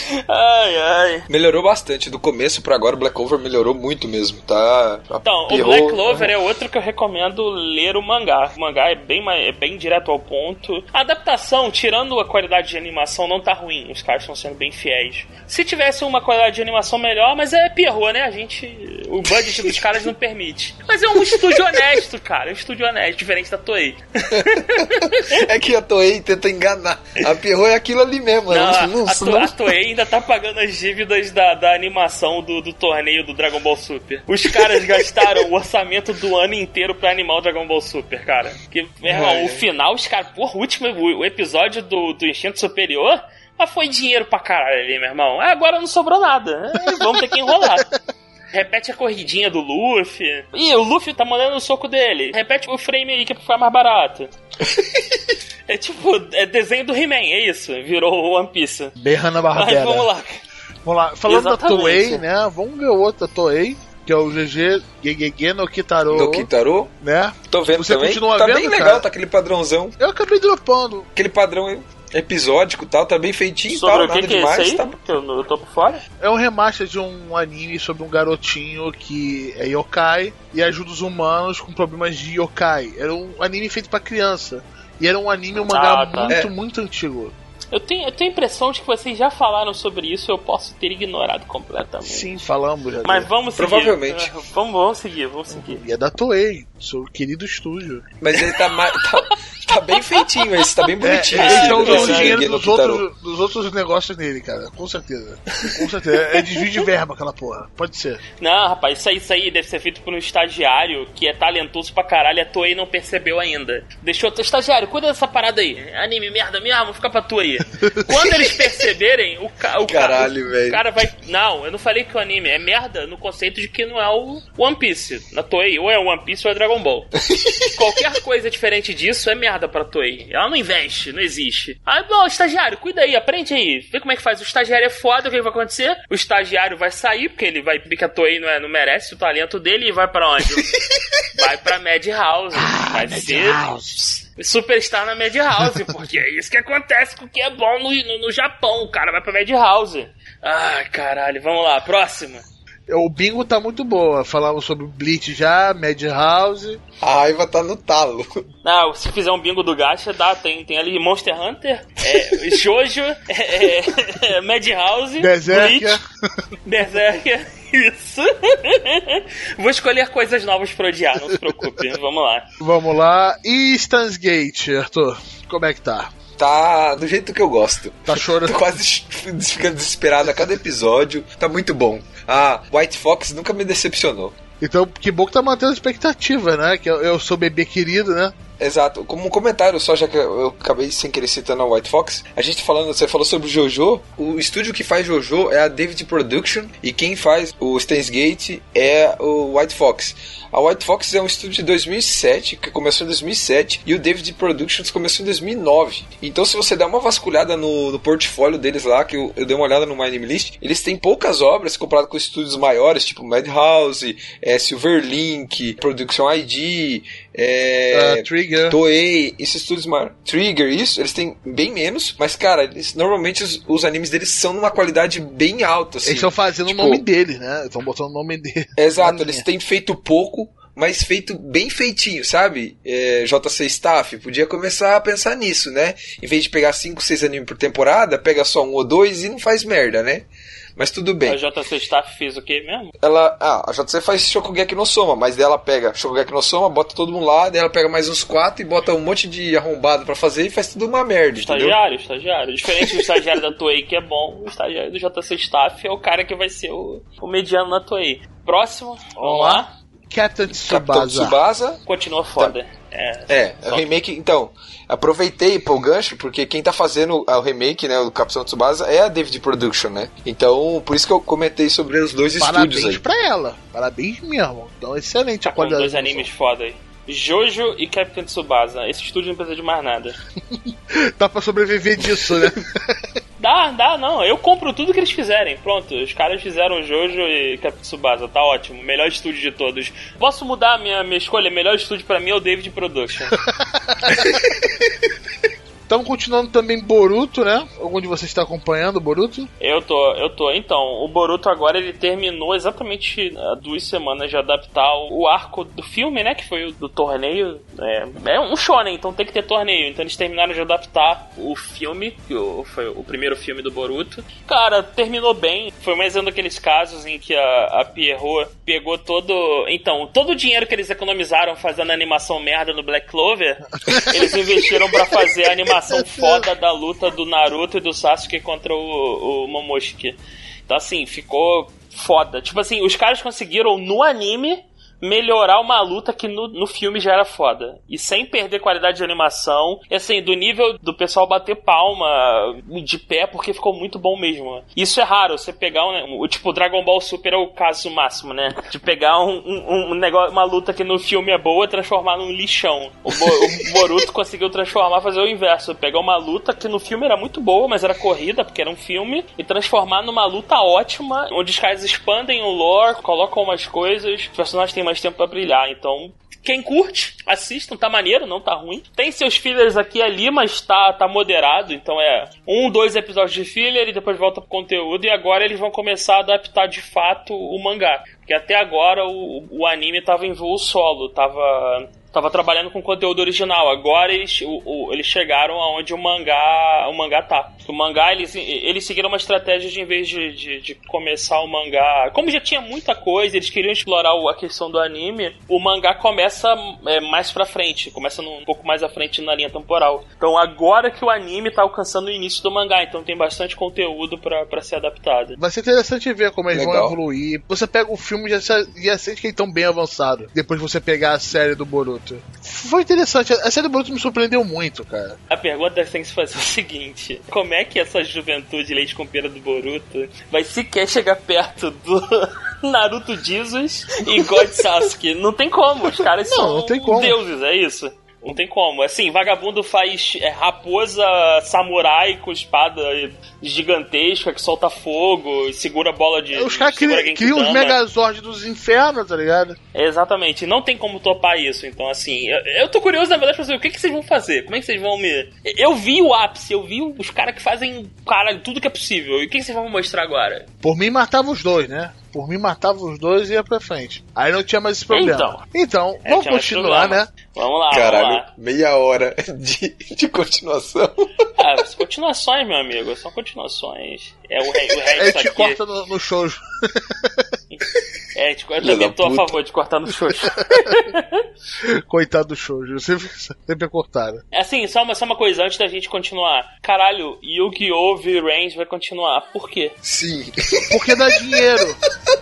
Ai, ai. Melhorou bastante. Do começo pra agora, o Black Clover melhorou muito mesmo, tá? Então, Pirrou. o Black Clover é outro que eu recomendo ler o mangá. O mangá é bem, mais- é bem direto ao ponto. A adaptação, tirando a qualidade de animação, não tá ruim. Os caras estão sendo bem fiéis. Se tivesse uma qualidade de animação melhor, mas é Pierrot, né? A gente... O budget dos caras não permite. Mas é um estúdio honesto, cara. É um estúdio honesto, diferente da Toei. É que a Toei tenta enganar. A Pierrot é aquilo ali mesmo. Não, ela a, não, a, To- não- a Toei ainda tá pagando as dívidas da, da animação do, do torneio do Dragon Ball Super. Os caras gastaram o orçamento do ano inteiro pra animar o Dragon Ball Super, cara. Que, meu irmão, É. o final, os caras, porra, o último o, o episódio do, do Instinto Superior, mas foi dinheiro pra caralho ali, meu irmão. Ah, agora não sobrou nada. É, vamos ter que enrolar. Repete a corridinha do Luffy. Ih, o Luffy tá mandando o soco dele. Repete o frame aí que ficar mais barato. É tipo, é desenho do He-Man, é isso. Virou o One Piece. Berrando a Mas Barbera. vamos lá. Vamos lá. Falando Exatamente. da Toei, né? Vamos ver outra Toei. que é o G G Gegege no Kitaro. Do Kitaro? Né? Tô vendo Você também. continua Tá vendo, bem legal, cara? tá aquele padrãozão. Eu acabei dropando. Aquele padrão episódico e tal, tá bem feitinho e Sobre tal, o que nada que é demais. isso aí? Tá... Porque eu, não- eu tô por fora. É um remaster de um anime sobre um garotinho que é yokai e ajuda os humanos com problemas de yokai. Era um anime feito pra criança. E era um anime, um mangá Ah, tá. muito, É. muito antigo. Eu tenho, eu tenho a impressão de que vocês já falaram sobre isso e eu posso ter ignorado completamente. Sim, falamos. Já Mas vamos seguir. Provavelmente. É, Vamos, vamos seguir, vamos seguir. E é da Toei, seu querido estúdio. Mas ele tá, ma- tá, tá bem feitinho esse, tá bem bonitinho É, esse. eles estão usando esse o dinheiro Gege no dos Kitaro. outros, dos outros negócios dele, cara. Com certeza. Com certeza. É desvio de verba aquela porra. Pode ser. Não, rapaz, isso aí, isso aí deve ser feito por um estagiário que é talentoso pra caralho e a Toei não percebeu ainda. Deixou o estagiário, cuida dessa parada aí. Anime merda mesmo, vou ficar pra tu aí. Quando eles perceberem, o, ca o, Caralho, ca velho. o cara vai... Não, eu não falei que o anime é merda no conceito de que não é o One Piece. Na Toei, ou é One Piece ou é Dragon Ball. Qualquer coisa diferente disso é merda pra Toei. Ela não investe, não existe. Ah, bom, estagiário, cuida aí, aprende aí. Vê como é que faz. O estagiário é foda, o que vai acontecer? O estagiário vai sair, porque ele vai ver que a Toei não, é, não merece o talento dele e vai pra onde? Vai pra Madhouse. Vai ser superstar na Madhouse, porque é isso que acontece com o que é bom no, no, no Japão. O cara vai pra Madhouse. Ai, caralho, vamos lá, próxima. O bingo tá muito boa. Falamos sobre Bleach já, Madhouse. A raiva tá no talo. Não, se fizer um bingo do Gacha, dá, tem, tem ali Monster Hunter, é, Jojo, é, é, Madhouse, Berserker. Bleach, Berserker, isso. Vou escolher coisas novas pra odiar, não se preocupe, vamos lá. Vamos lá. E Steins Gate, Arthur? Como é que tá? Tá do jeito que eu gosto. Tá chorando? Tô quase ficando desesperado a cada episódio. Tá muito bom. Ah, White Fox nunca me decepcionou. Então, que bom que tá mantendo a expectativa, né? Que eu, eu sou bebê querido, né? Exato, como um comentário só, já que eu acabei sem querer citando a White Fox, a gente falando, você falou sobre o Jojo, o estúdio que faz Jojo é a David Production e quem faz o Steins Gate é o White Fox. A White Fox é um estúdio de dois mil e sete, que começou em dois mil e sete, e o David Productions começou em dois mil e nove. Então, se você der uma vasculhada no, no portfólio deles lá, que eu, eu dei uma olhada no My Anime List, eles têm poucas obras comparado com estúdios maiores, tipo Madhouse, é, Silverlink, Production I D, é, Uh, Trigger. Toei, esses estúdios maiores. Trigger, isso, eles têm bem menos, mas, cara, eles, normalmente os, os animes deles são numa qualidade bem alta, assim. Eles estão fazendo Tipo, o nome dele, né? Estão botando o nome dele. Exato, na eles linha. têm feito pouco, mas feito bem feitinho, sabe? É, J C Staff podia começar a pensar nisso, né? Em vez de pegar cinco, seis animes por temporada, pega só um ou dois e não faz merda, né? Mas tudo bem. A J C Staff fez o quê mesmo? Ela, ah, a J C faz Shokugeki no Soma, mas daí ela pega Shokugeki no Soma, bota todo mundo lá, daí ela pega mais uns quatro e bota um monte de arrombado pra fazer e faz tudo uma merda, entendeu? Estagiário, estagiário. Diferente do estagiário da Toei, que é bom, o estagiário do J C Staff é o cara que vai ser o, o mediano na Toei. Próximo, vamos, Vamos lá. lá. Captain Capitão Tsubasa. Tsubasa. Continua foda. É, É, só- o remake, então, aproveitei pro gancho, porque quem tá fazendo o remake, né, o Capitão Tsubasa, é a David Production, né? Então, por isso que eu comentei sobre os dois estúdios Parabéns aí. pra ela. Parabéns mesmo. Então, excelente tá a com qualidade. dois da animes foda aí. Jojo e Captain Tsubasa. Esse estúdio não precisa de mais nada. produção. Dá pra sobreviver disso, né? Dá, dá, não. Eu compro tudo que eles fizerem. Pronto, os caras fizeram Jojo e Captain Tsubasa. Tá ótimo. Melhor estúdio de todos. Posso mudar a minha, minha escolha? Melhor estúdio pra mim é o David Production. Estamos continuando também Boruto, né? Algum de vocês está acompanhando o Boruto? Eu tô, eu tô. Então, o Boruto agora ele terminou exatamente há duas semanas de adaptar o arco do filme, né? Que foi o do torneio. É, é um shonen, então tem que ter torneio. Então eles terminaram de adaptar o filme, que o- foi o primeiro filme do Boruto. Cara, terminou bem. Foi mais um daqueles casos em que a, a Pierrot pegou todo... Então, todo o dinheiro que eles economizaram fazendo animação merda no Black Clover, eles investiram pra fazer a animação foda da luta do Naruto e do Sasuke contra o, o Momoshiki. Então, assim, ficou foda. Tipo assim, os caras conseguiram no anime melhorar uma luta que no, no filme já era foda. E sem perder qualidade de animação. E assim, do nível do pessoal bater palma de pé, porque ficou muito bom mesmo. Isso é raro, você pegar um... um tipo, Dragon Ball Super é o caso máximo, né? De pegar um, um, um negócio, uma luta que no filme é boa e transformar num lixão. O, Bo, o Boruto conseguiu transformar, fazer o inverso. Pegar uma luta que no filme era muito boa, mas era corrida, porque era um filme, e transformar numa luta ótima, onde os caras expandem o lore, colocam umas coisas, os personagens têm mais tempo pra brilhar. Então, quem curte, assistam, tá maneiro, não tá ruim. Tem seus fillers aqui e ali, mas tá, tá moderado, então é um, dois episódios de filler e depois volta pro conteúdo, e agora eles vão começar a adaptar de fato o mangá. Porque até agora o, o anime tava em voo solo, tava... Tava trabalhando com conteúdo original. Agora eles, o, o, eles chegaram aonde o mangá, o mangá tá. O mangá, eles, eles seguiram uma estratégia de, em vez de, de, de começar o mangá... Como já tinha muita coisa, eles queriam explorar a questão do anime, o mangá começa é, mais pra frente. Começa num, um pouco mais à frente na linha temporal. Então agora que o anime tá alcançando o início do mangá, então tem bastante conteúdo pra, pra ser adaptado. Vai ser interessante ver como eles Legal. vão evoluir. Você pega o filme e já, já sente que eles estão bem avançados. Depois de você pegar a série do Boruto. Foi interessante, a série do Boruto me surpreendeu muito, cara. A pergunta que tem que se fazer é o seguinte: como é que essa juventude leite com pera do Boruto vai sequer chegar perto do Naruto Jesus e God Sasuke? Não tem como, os caras não, são não tem como. deuses, é isso? Não tem como. Assim, vagabundo faz é, raposa samurai com espada gigantesca que solta fogo, segura bola de... Os caras criam cri, os Megazord dos infernos, tá ligado? Exatamente. Não tem como topar isso. Então, assim, eu, eu tô curioso, na verdade, pra saber o que, que vocês vão fazer. Como é que vocês vão me... Eu vi o ápice, eu vi os caras que fazem, caralho, tudo que é possível. E o que, que vocês vão mostrar agora? Por mim, matava os dois, né? Por mim, matava os dois e ia pra frente. Aí não tinha mais esse problema. Então, então é, vamos continuar, né? Vamos lá, Caralho, vamos lá. meia hora de, de continuação. Ah, continuações, meu amigo. São continuações. É o rei, o rei A tá gente aqui. corta no, no shoujo. É, eu também tô a favor de cortar no shoujo. Coitado do shoujo, sempre, sempre é cortado. Assim, só uma, só uma coisa, antes da gente continuar. Caralho, Yu-Gi-Oh! V-Range vai continuar. Por quê? Sim. Porque dá dinheiro.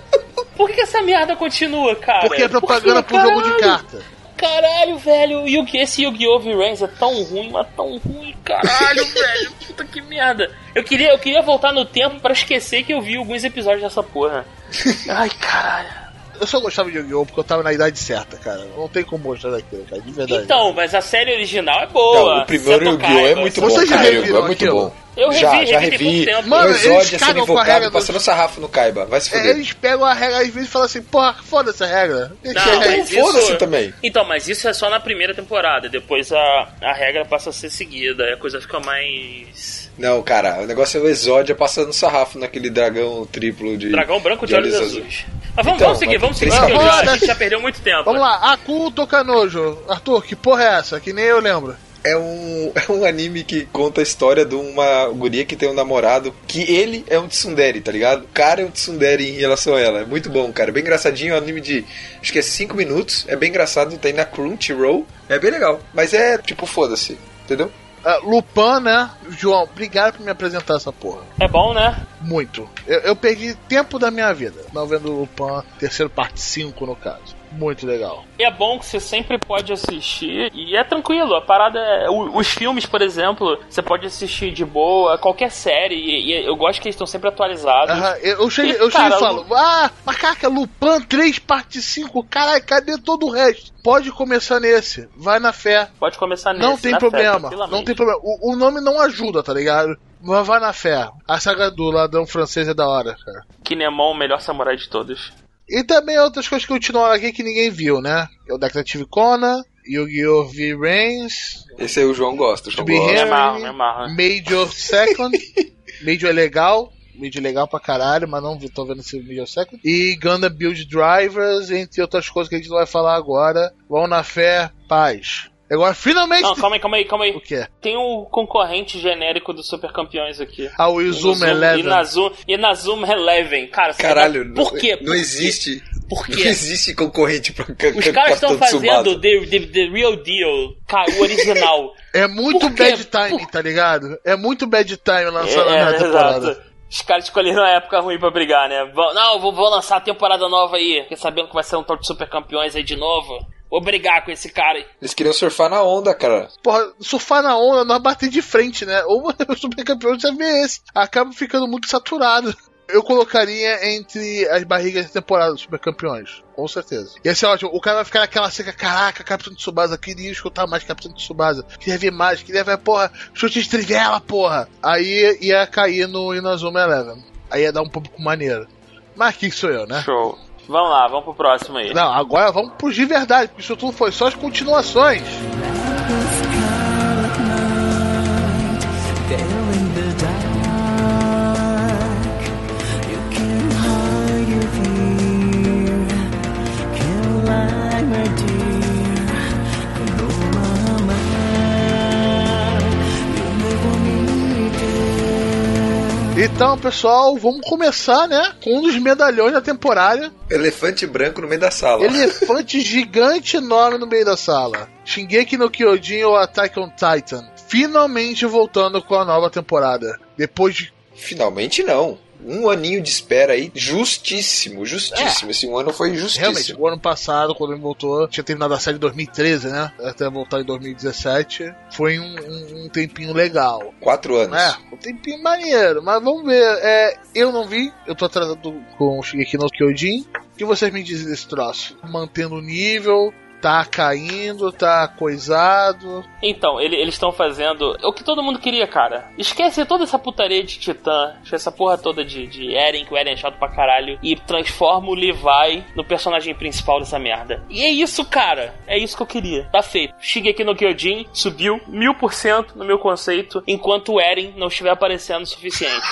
Por que essa merda continua, cara? Porque é propaganda Por pro jogo de carta. Caralho, velho, Yu- esse Yu-Gi-Oh! V-Range é tão ruim, mas tão ruim, caralho, velho, puta que merda. Eu queria, eu queria voltar no tempo pra esquecer que eu vi alguns episódios dessa porra. Ai, caralho. Eu só gostava de Yu-Gi-Oh! Porque eu tava na idade certa, cara. Não tem como mostrar daquilo, cara, de verdade. Então, mas a série original é boa. Não, o primeiro Yu-Gi-Oh! é muito bom, Vocês já cara. Yu-Gi-Oh! reviram é muito aquilo? bom. Eu revi, já, revi, já tem revi. pouco tempo. Mano, o eles Exódia sendo cagam com a invocado regra dos- passando sarrafo no Kaiba. Vai se É, fuder. eles pegam a regra às vezes e falam assim, porra, foda essa regra. Não, Então, mas foda-se isso- também. Então, mas isso é só na primeira temporada. Depois a, a regra passa a ser seguida. Aí a coisa fica mais... Não, cara, o negócio é o Exódia passando sarrafo naquele dragão triplo de... Dragão branco de olhos azuis. Mas vamos, Então, vamos seguir, mas vamos seguir. três Que eu já, cabeças. a gente já perdeu muito tempo. Vamos lá, Aku Tokanojo. Arthur, que porra é essa? Que nem eu lembro. É um, é um anime que conta a história de uma guria que tem um namorado que ele é um tsundere, tá ligado? O cara é um tsundere em relação a ela. É muito bom, cara. Bem engraçadinho. É um anime de, acho que é cinco minutos. É bem engraçado. Tem na Crunchyroll. É bem legal. Mas é tipo, foda-se. Entendeu? Uh, Lupin, né? João, obrigado por me apresentar essa porra. É bom, né? Muito. Eu, eu perdi tempo da minha vida não vendo Lupin, terceiro parte cinco no caso. Muito legal. E é bom que você sempre pode assistir e é tranquilo. A parada é... o- Os filmes, por exemplo, você pode assistir de boa, qualquer série. E, e eu gosto que eles estão sempre atualizados. Aham, eu, eu cheguei, E, eu cheguei cara, e falo, ah, macaca, Lupin três parte cinco, caralho, cadê todo o resto? Pode começar nesse, vai na fé. Pode começar nesse. Não tem na fé, problema, tranquilamente. não tem problema. O, o nome não ajuda, tá ligado? Mas vai na fé. A saga do ladrão francês é da hora, cara. Kinemon, o melhor samurai de todos. E também outras coisas que continuaram aqui que ninguém viu, né? É o Detective Conan, Yu-Gi-Oh! V-Reigns, Esse aí o João gosta. O João To Be gosta. Me Harry, amarro, me amarro. Major Second. Major é legal. Major é legal pra caralho, mas não tô vendo esse Major Second. E Gundam Build Drivers, entre outras coisas que a gente não vai falar agora. Vão na fé, paz. Agora, finalmente... Não, calma aí, calma aí, calma aí. O quê? Tem um concorrente genérico do Super Campeões aqui. Ah, o Izuma Eleven. Inazuma, Inazuma Eleven. Cara, você Caralho, tá... Por não, quê? não Por quê? existe. Por Não quê? existe concorrente pra ca- Os ca- caras estão Capitão fazendo Tsubasa. the, the, the Real Deal, cara, o original. É muito Por quê? bad timing, Por- tá ligado? É muito bad timing lançando É, a minha temporada. exato. Os caras escolheram a época ruim pra brigar, né? Vão, não, vou, vou lançar a temporada nova aí, porque sabendo que vai ser um tal de super campeões aí de novo. Vou brigar com esse cara aí. Eles queriam surfar na onda, cara. Porra, surfar na onda, nós bater de frente, né? Ou o super campeão já vê esse. Acaba ficando muito saturado. Eu colocaria entre as barrigas da temporada dos super campeões. Com certeza. Ia ser ótimo. O cara vai ficar naquela seca. Caraca, Capitão Tsubasa, queria escutar mais Capitão Tsubasa. Queria ver mais, queria ver, porra, chute de trivela, porra. Aí ia cair no Inazuma Eleven. Aí ia dar um público maneiro. Mas que sou eu, né? Show. Vamos lá, vamos pro próximo aí. Não, agora vamos pro de verdade, porque isso tudo foi só as continuações. Então, pessoal, vamos começar, né, com um dos medalhões da temporada. Elefante branco no meio da sala. Elefante gigante enorme no meio da sala. Shingeki no Kyojin ou Attack on Titan. Finalmente voltando com a nova temporada. Depois de... Finalmente não. Um aninho de espera aí, justíssimo, justíssimo. É. Esse um ano foi justíssimo. Realmente, o ano passado, quando ele voltou, tinha terminado a série em dois mil e treze, né? Até voltar em dois mil e dezessete. Foi um, um, um tempinho legal. Quatro anos. É, um tempinho maneiro, mas vamos ver. É, eu não vi, eu tô atrasado com o Shingeki no Kyojin. O que vocês me dizem desse troço? Mantendo o nível... Tá caindo, tá coisado. Então, ele, eles estão fazendo o que todo mundo queria, cara. Esquece toda essa putaria de Titã, essa porra toda de, de Eren, que o Eren é chato pra caralho, e transforma o Levi no personagem principal dessa merda. E é isso, cara. É isso que eu queria. Tá feito. Shingeki no Kyojin subiu mil por cento no meu conceito, enquanto o Eren não estiver aparecendo o suficiente.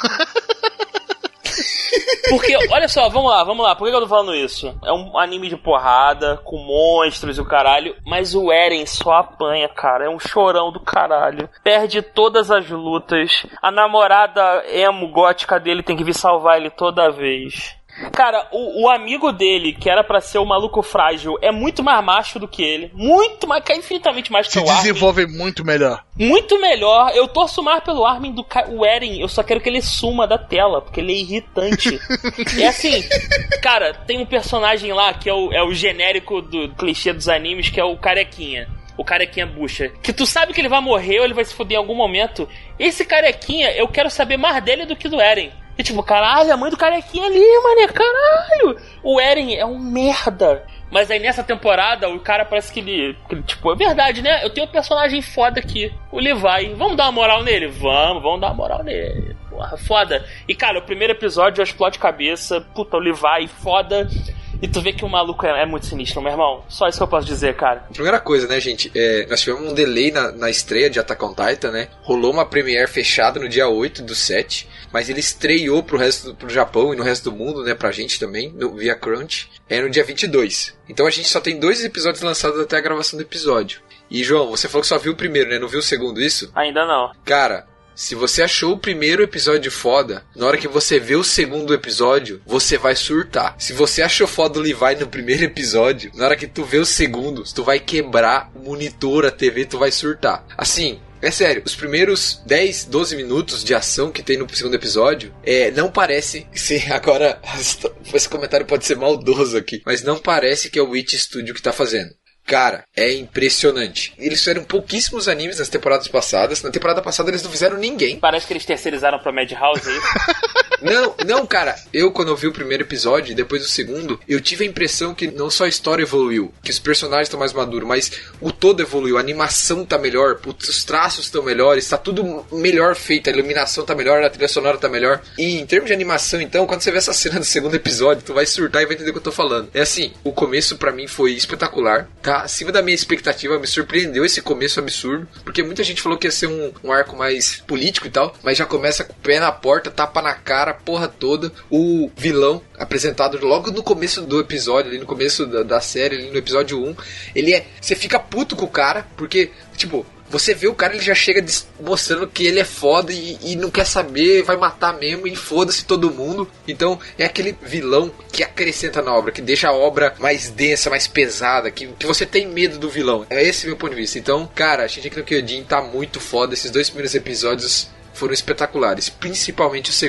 Porque, olha só, vamos lá, vamos lá. Por que eu tô falando isso? É um anime de porrada, com monstros e o caralho, mas o Eren só apanha, cara. É um chorão do caralho. Perde todas as lutas. A namorada emo gótica dele tem que vir salvar ele toda vez. Cara, o, o amigo dele, que era pra ser o maluco frágil, é muito mais macho do que ele. Muito mais, infinitamente mais que o Armin. Se desenvolve muito melhor. Muito melhor. Eu torço mais pelo Armin do que o Eren. Eu só quero que ele suma da tela, porque ele é irritante. É assim, cara, tem um personagem lá que é o, é o genérico do clichê dos animes, que é o carequinha. O carequinha bucha. Que tu sabe que ele vai morrer ou ele vai se foder em algum momento. Esse carequinha, eu quero saber mais dele do que do Eren. E tipo, caralho, a mãe do carequinha ali, mané, caralho. O Eren é um merda. Mas aí nessa temporada, o cara parece que ele, que ele... Tipo, é verdade, né? Eu tenho um personagem foda aqui, o Levi. Vamos dar uma moral nele? Vamos, vamos dar uma moral nele. Porra, foda. E cara, o primeiro episódio explode cabeça. Puta, o Levi, foda. E tu vê que o maluco é, é muito sinistro, meu irmão. Só isso que eu posso dizer, cara. Primeira coisa, né, gente? É, nós tivemos um delay na, na estreia de Attack on Titan, né? Rolou uma premiere fechada no dia oito do sete, mas ele estreou pro resto, pro Japão e no resto do mundo, né, pra gente também, no, via Crunch, é no dia vinte e dois. Então a gente só tem dois episódios lançados até a gravação do episódio. E, João, você falou que só viu o primeiro, né? Não viu o segundo, isso? Ainda não. Cara... Se você achou o primeiro episódio foda, na hora que você vê o segundo episódio, você vai surtar. Se você achou foda o Levi no primeiro episódio, na hora que tu vê o segundo, tu vai quebrar o monitor, a T V, tu vai surtar. Assim... É sério, os primeiros dez, doze minutos de ação que tem no segundo episódio, é, não parece... Se agora, esse comentário pode ser maldoso aqui, mas não parece que é o Witch Studio que tá fazendo. Cara, é impressionante. Eles fizeram pouquíssimos animes nas temporadas passadas. Na temporada passada eles não fizeram ninguém. Parece que eles terceirizaram pra Madhouse aí. Não, não, cara. Eu, quando eu vi o primeiro episódio e depois o segundo, eu tive a impressão que não só a história evoluiu, que os personagens estão mais maduros, mas o todo evoluiu. A animação tá melhor, os traços estão melhores, tá tudo melhor feito. A iluminação tá melhor, a trilha sonora tá melhor. E em termos de animação, então, quando você vê essa cena do segundo episódio, tu vai surtar e vai entender o que eu tô falando. É assim, o começo pra mim foi espetacular, tá? Acima da minha expectativa, me surpreendeu esse começo absurdo, porque muita gente falou que ia ser um, um arco mais político e tal, mas já começa com o pé na porta, tapa na cara, a porra toda. O vilão, apresentado logo no começo do episódio, ali no começo da, da série, ali no episódio um, ele é... Você fica puto com o cara, porque, tipo... Você vê o cara, ele já chega mostrando que ele é foda e, e não quer saber, vai matar mesmo e foda-se todo mundo. Então é aquele vilão que acrescenta na obra, que deixa a obra mais densa, mais pesada, que, que você tem medo do vilão. É esse o meu ponto de vista. Então, cara, Shingeki no Kyojin tá muito foda. Esses dois primeiros episódios foram espetaculares, principalmente o segundo.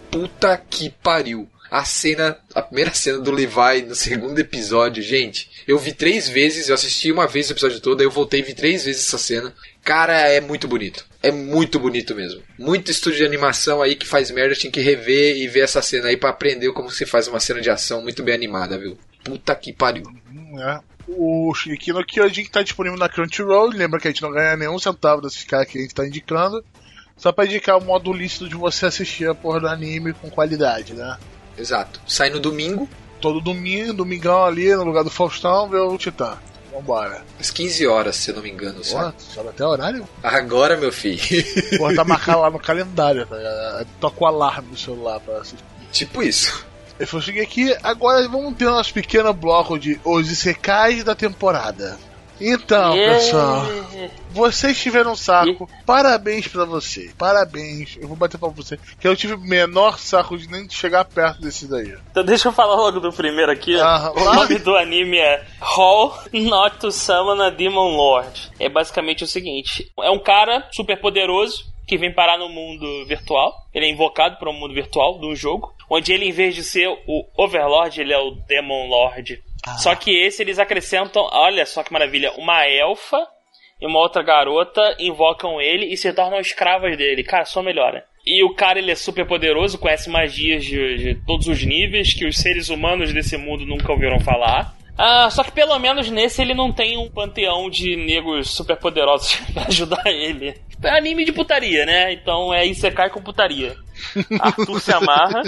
puta que pariu. A cena, a primeira cena do Levi no segundo episódio, gente, eu vi três vezes, eu assisti uma vez o episódio todo, aí eu voltei e vi três vezes essa cena. Cara, é muito bonito. É muito bonito mesmo. Muito estúdio de animação aí que faz merda, tinha que rever e ver essa cena aí pra aprender como se faz uma cena de ação muito bem animada, viu? Puta que pariu. É. O Shingeki no Kyojin tá disponível na Crunchyroll. Lembra que a gente não ganha nenhum centavo desses caras que a gente tá indicando. Só pra indicar o modo lícito de você assistir a porra do anime com qualidade, né? Exato. Sai no domingo. Todo domingo, domingão ali no lugar do Faustão, vê o Titã. Vambora. Às quinze horas, se eu não me engano, sabe? Porra, sabe até o horário? Agora, meu filho. Porra, tá marcado lá no calendário, tá? Toca o alarme no celular pra assistir. Tipo isso. Eu cheguei aqui, agora vamos ter nosso pequeno bloco de os Isekais da temporada. Então, yeah. pessoal, vocês tiveram um saco, yeah. parabéns pra você, parabéns, eu vou bater pra você, que eu tive o menor saco de nem chegar perto desse daí. Então deixa eu falar logo do primeiro aqui, ah, o nome do anime é How Not to Summon a Demon Lord. É basicamente o seguinte, é um cara super poderoso que vem parar no mundo virtual, ele é invocado para um mundo virtual de um jogo, onde ele, em vez de ser o Overlord, ele é o Demon Lord. Ah. Só que esse eles acrescentam, olha só que maravilha, uma elfa e uma outra garota invocam ele e se tornam escravas dele. Cara, só melhora. E o cara, ele é super poderoso, conhece magias de, de todos os níveis que os seres humanos desse mundo nunca ouviram falar. Ah, só que pelo menos nesse ele não tem um panteão de negros super poderosos pra ajudar ele. É anime de putaria, né? Então é Isekai com putaria. Arthur se amarra.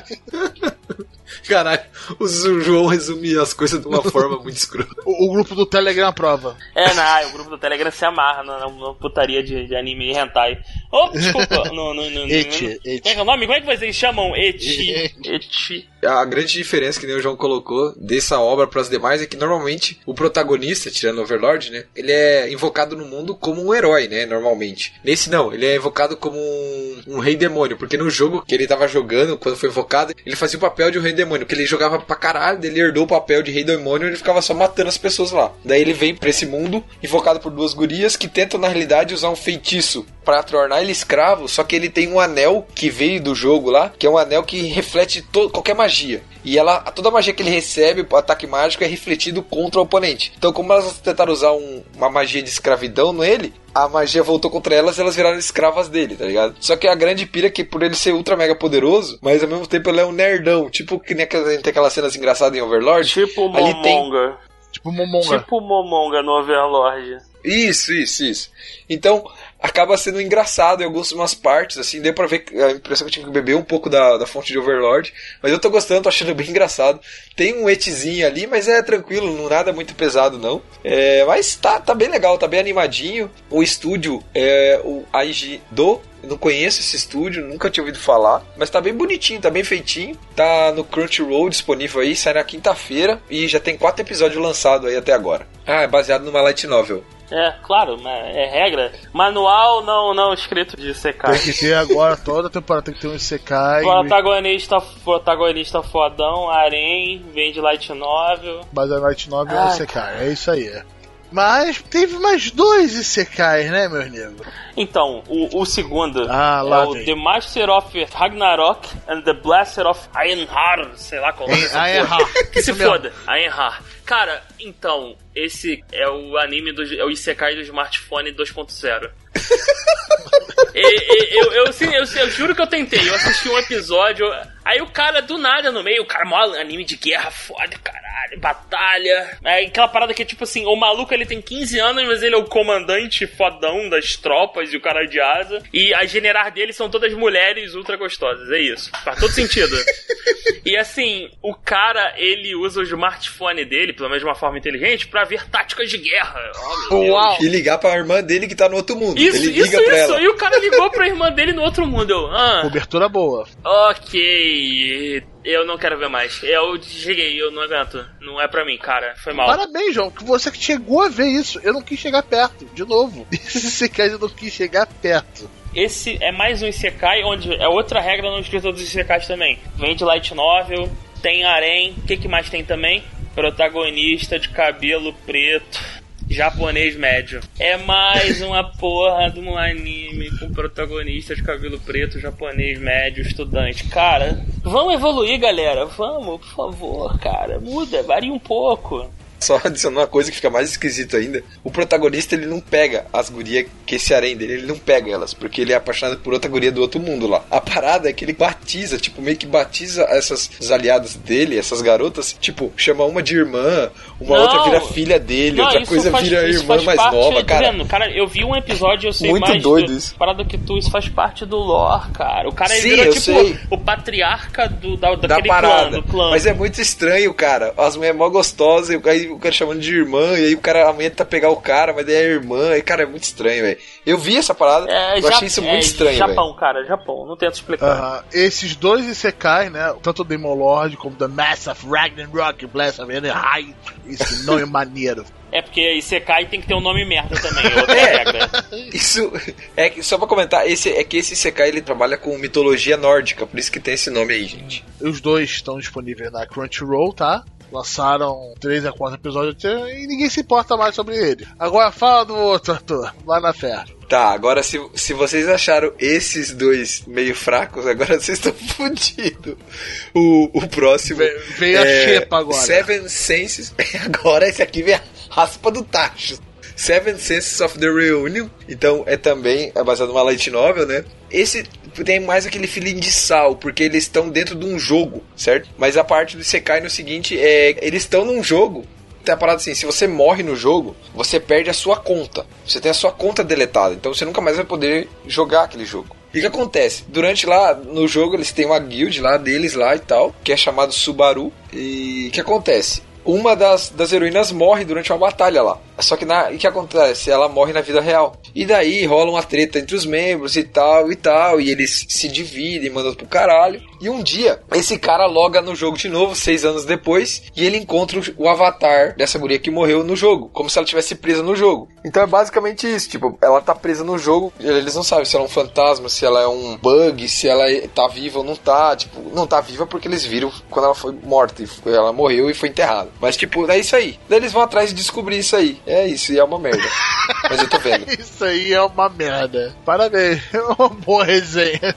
Caralho, o João resumia as coisas de uma forma muito escrota. O, o grupo do Telegram aprova. É, não, o grupo do Telegram se amarra na, na, na putaria de, de anime e hentai. Oh, desculpa, no, no, no, eti, no, eti. Como é que é o nome? Como é que vocês chamam? Eti. Eti. A grande diferença que nem o João colocou dessa obra para as demais é que normalmente o protagonista, tirando o Overlord, né, ele é invocado no mundo como um herói, né, normalmente. Nesse não, ele é invocado como um, um rei demônio, porque no jogo que ele tava jogando, quando foi invocado, ele fazia o papel de um rei demônio, porque ele jogava pra caralho, ele herdou o papel de rei demônio e ele ficava só matando as pessoas lá. Daí ele vem pra esse mundo, invocado por duas gurias que tentam na realidade usar um feitiço pra tornar ele escravo, só que ele tem um anel que veio do jogo lá, que é um anel que reflete to- qualquer magia. E ela, toda a magia que ele recebe, o ataque mágico, é refletido contra o oponente. Então, como elas tentaram usar um, uma magia de escravidão nele, a magia voltou contra elas e elas viraram escravas dele, tá ligado? Só que a grande pira é que por ele ser ultra mega poderoso, mas ao mesmo tempo ele é um nerdão. Tipo que nem aquelas, tem aquelas cenas engraçadas em Overlord. Tipo o Momonga. Tem... Tipo Momonga. Tipo o Momonga no Overlord. Isso, isso, isso. Então, acaba sendo engraçado em algumas partes, assim, deu pra ver, a impressão que eu tive que beber um pouco da, da fonte de Overlord, mas eu tô gostando, tô achando bem engraçado. Tem um etizinho ali, mas é tranquilo, não nada muito pesado não. É, mas tá, tá bem legal, tá bem animadinho. O estúdio é o Aijido. Eu não conheço esse estúdio, nunca tinha ouvido falar, mas tá bem bonitinho, tá bem feitinho. Tá no Crunchyroll disponível aí, sai na quinta-feira e já tem quatro episódios lançados aí até agora. Ah, é baseado numa light novel. É, claro, é regra. Manual não, não escrito de Isekai. Tem que ter agora, toda temporada tem que ter um Isekai. Protagonista, protagonista fodão, harém, vem de light novel. Mas a light novel é um Isekai, é isso aí. Mas teve mais dois Isekais, né, meus negros? Então, o, o segundo ah, lá é o vem. The Master of Ragnarok and the Blaster of Einhar, sei lá qual é essa Einhar. Que se foda, Einhar. Cara, então, esse é o anime, do, é o Isekai do smartphone dois ponto zero. e, e, eu, eu, assim, eu, eu juro que eu tentei, eu assisti um episódio, aí o cara do nada no meio, o cara, mó anime de guerra, foda, caralho, batalha, aí aquela parada que é tipo assim, o maluco ele tem quinze anos, mas ele é o comandante fodão das tropas e o cara de asa, e as generais dele são todas mulheres ultra gostosas, é isso, faz todo sentido. E assim, o cara, ele usa o smartphone dele, pelo menos de uma forma inteligente, pra ver táticas de guerra. Oh, meu Uau. E ligar pra irmã dele que tá no outro mundo. Isso, ele isso, liga pra isso. ela. E o cara ligou pra irmã dele no outro mundo. Eu, ah, cobertura boa. Ok. Eu não quero ver mais. Eu cheguei, eu não aguento. Não é pra mim, cara. Foi mal. Parabéns, João, que você que chegou a ver isso. Eu não quis chegar perto, de novo. Esse caso eu não quis chegar perto. Esse é mais um Isekai, onde é outra regra no escritor dos Isekais também. Vem de light novel, tem harém, o que, que mais tem também? Protagonista de cabelo preto, japonês médio. É mais uma porra de um anime, um protagonista de cabelo preto, japonês, médio, estudante. Cara, vamos evoluir, galera. Vamos, por favor, cara. Muda, varia um pouco. Só adicionar uma coisa que fica mais esquisito ainda. O protagonista, ele não pega as gurias que esse harém dele, ele não pega elas, porque ele é apaixonado por outra guria do outro mundo lá. A parada é que ele batiza, tipo, meio que batiza essas aliadas dele, essas garotas, tipo, chama uma de irmã, uma não, outra vira filha dele, não, outra coisa faz, vira irmã mais parte, nova, cara. Vendo, cara, eu vi um episódio, eu sei muito mais doido do, isso. Parada que tu, isso faz parte do lore, cara. O cara Sim, vira, eu tipo, sei. o patriarca do, da, daquele da parada. clã, do clã. Mas é muito estranho, cara. As mulheres mó gostosas, e aí o cara chamando de irmã, e aí o cara, a mulher tá pegar o cara, mas daí é a irmã, e cara, é muito estranho, velho. Eu vi essa parada, é, eu achei isso muito é, estranho, velho. Japão, véio. cara, Japão, não tento explicar. Uh, esses dois Isekai, né, tanto o Demon Lord como The Mass of Ragnarok, Bless of High, esse nome é maneiro. É porque Isekai tem que ter um nome merda também, é outra é, regra. Isso, é que, só pra comentar, esse, é que esse Isekai ele trabalha com mitologia nórdica, por isso que tem esse nome aí, gente. Os dois estão disponíveis na Crunchyroll, tá? Lançaram três a quatro episódios e ninguém se importa mais sobre ele. Agora fala do outro, Arthur. Vai na fé. Tá, agora se, se vocês acharam esses dois meio fracos, agora vocês estão fodidos. O, o próximo... Ve, veio é, a xepa agora. Seven Senses. Agora esse aqui vem a raspa do tacho. Seven Senses of the Reunion. Então é também é baseado numa light novel, né? Esse tem mais aquele feeling de sal, porque eles estão dentro de um jogo, certo? Mas a parte do Isekai no seguinte é... Eles estão num jogo... Tem a parada assim, se você morre no jogo, você perde a sua conta. Você tem a sua conta deletada, então você nunca mais vai poder jogar aquele jogo. E o que acontece? Durante lá, no jogo, eles têm uma guild lá deles lá e tal, que é chamado Subaru. E o que acontece? Uma das, das heroínas morre durante uma batalha lá. Só que na, o que acontece? Ela morre na vida real. E daí rola uma treta entre os membros e tal e tal. E eles se dividem, mandam pro caralho. E um dia, esse cara loga no jogo de novo, seis anos depois. E ele encontra o, o avatar dessa guria que morreu no jogo. Como se ela tivesse presa no jogo. Então é basicamente isso. Tipo, ela tá presa no jogo. Eles não sabem se ela é um fantasma, se ela é um bug, se ela tá viva ou não tá. Tipo, não tá viva porque eles viram quando ela foi morta. Ela morreu e foi enterrada. Mas tipo, é isso aí. Daí eles vão atrás de descobrir isso aí. É isso, e é uma merda. Mas eu tô vendo. Isso aí é uma merda. Parabéns, é uma boa resenha.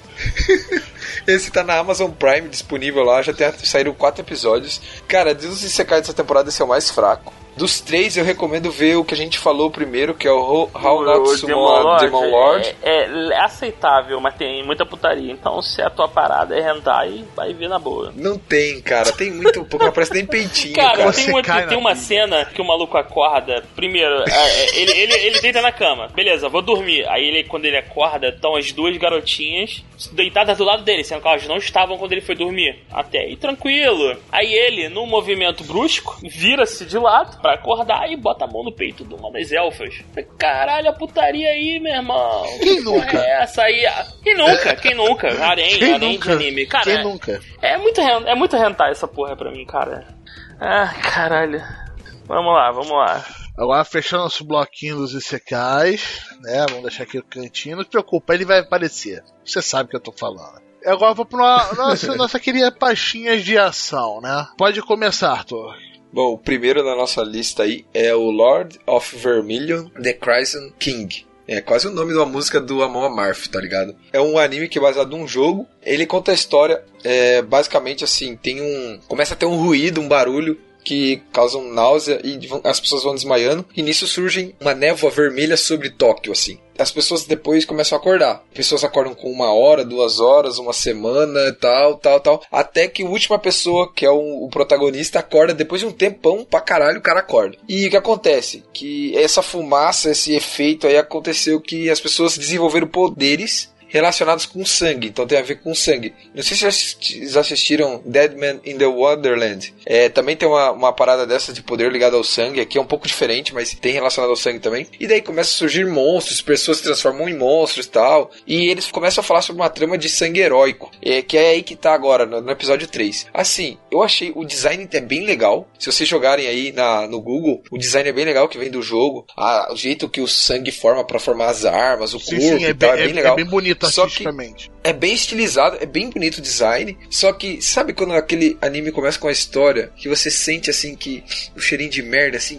Esse tá na Amazon Prime, disponível lá. Já tem, saíram quatro episódios. Cara, dos Isekai dessa temporada, esse é o mais fraco. Dos três, eu recomendo ver o que a gente falou primeiro, que é o How Not to Summon Demon Lord. É, é aceitável, mas tem muita putaria. Então, se a tua parada é hentai, vai ver na boa. Não tem, cara. Tem muito pouco, não parece nem peitinho, cara. cara. Tem, uma, tem uma cena que o maluco acorda. Primeiro, é, ele, ele, ele deita na cama. Beleza, vou dormir. Aí, ele, quando ele acorda, estão as duas garotinhas deitadas do lado dele, sendo que elas não estavam quando ele foi dormir. Até aí, tranquilo. Aí ele, num movimento brusco, vira-se de lado pra acordar e bota a mão no peito de uma das elfas. Caralho, a putaria aí, meu irmão. Quem nunca? É essa aí. Quem nunca? Quem nunca? Harém, Quem harém nunca? de anime. Cara, Quem é, nunca? É muito, é muito hentai essa porra pra mim, cara. Ah, caralho. Vamos lá, vamos lá. Agora fechando nosso bloquinho dos Isekais, né? Vamos deixar aqui o cantinho. Não se preocupa, ele vai aparecer. Você sabe o que eu tô falando. Agora eu vou pra nossa, nossa querida pastinhas de ação, né? Pode começar, Arthur. Bom, o primeiro na nossa lista aí é o Lord of Vermilion, The Crimson King. É quase o nome de uma música do Amon Amarth, tá ligado? É um anime que é baseado num jogo. Ele conta a história, é, basicamente assim, tem um... Começa a ter um ruído, um barulho que causam náusea e as pessoas vão desmaiando. E nisso surge uma névoa vermelha sobre Tóquio, assim. As pessoas depois começam a acordar. Pessoas acordam com uma hora, duas horas, uma semana, tal, tal, tal. Até que a última pessoa, que é o, o protagonista, acorda depois de um tempão pra caralho, o cara acorda. E o que acontece? Que essa fumaça, esse efeito aí aconteceu que as pessoas desenvolveram poderes relacionados com sangue, então tem a ver com sangue. Não sei se vocês assistiram Dead Man in the Wonderland. É, também tem uma, uma parada dessa de poder ligado ao sangue. Aqui é um pouco diferente, mas tem relacionado ao sangue também. E daí começa a surgir monstros, pessoas se transformam em monstros e tal. E eles começam a falar sobre uma trama de sangue heróico, é, que é aí que tá agora, no, no episódio três. Assim, eu achei o design é bem legal. Se vocês jogarem aí na, no Google, o design é bem legal, que vem do jogo. A, o jeito que o sangue forma pra formar as armas, o sim, corpo sim, é e tal, bem, é bem legal. É bem bonito. Só que é bem estilizado, é bem bonito o design. Só que, sabe quando aquele anime começa com a história que você sente assim que o cheirinho de merda, assim que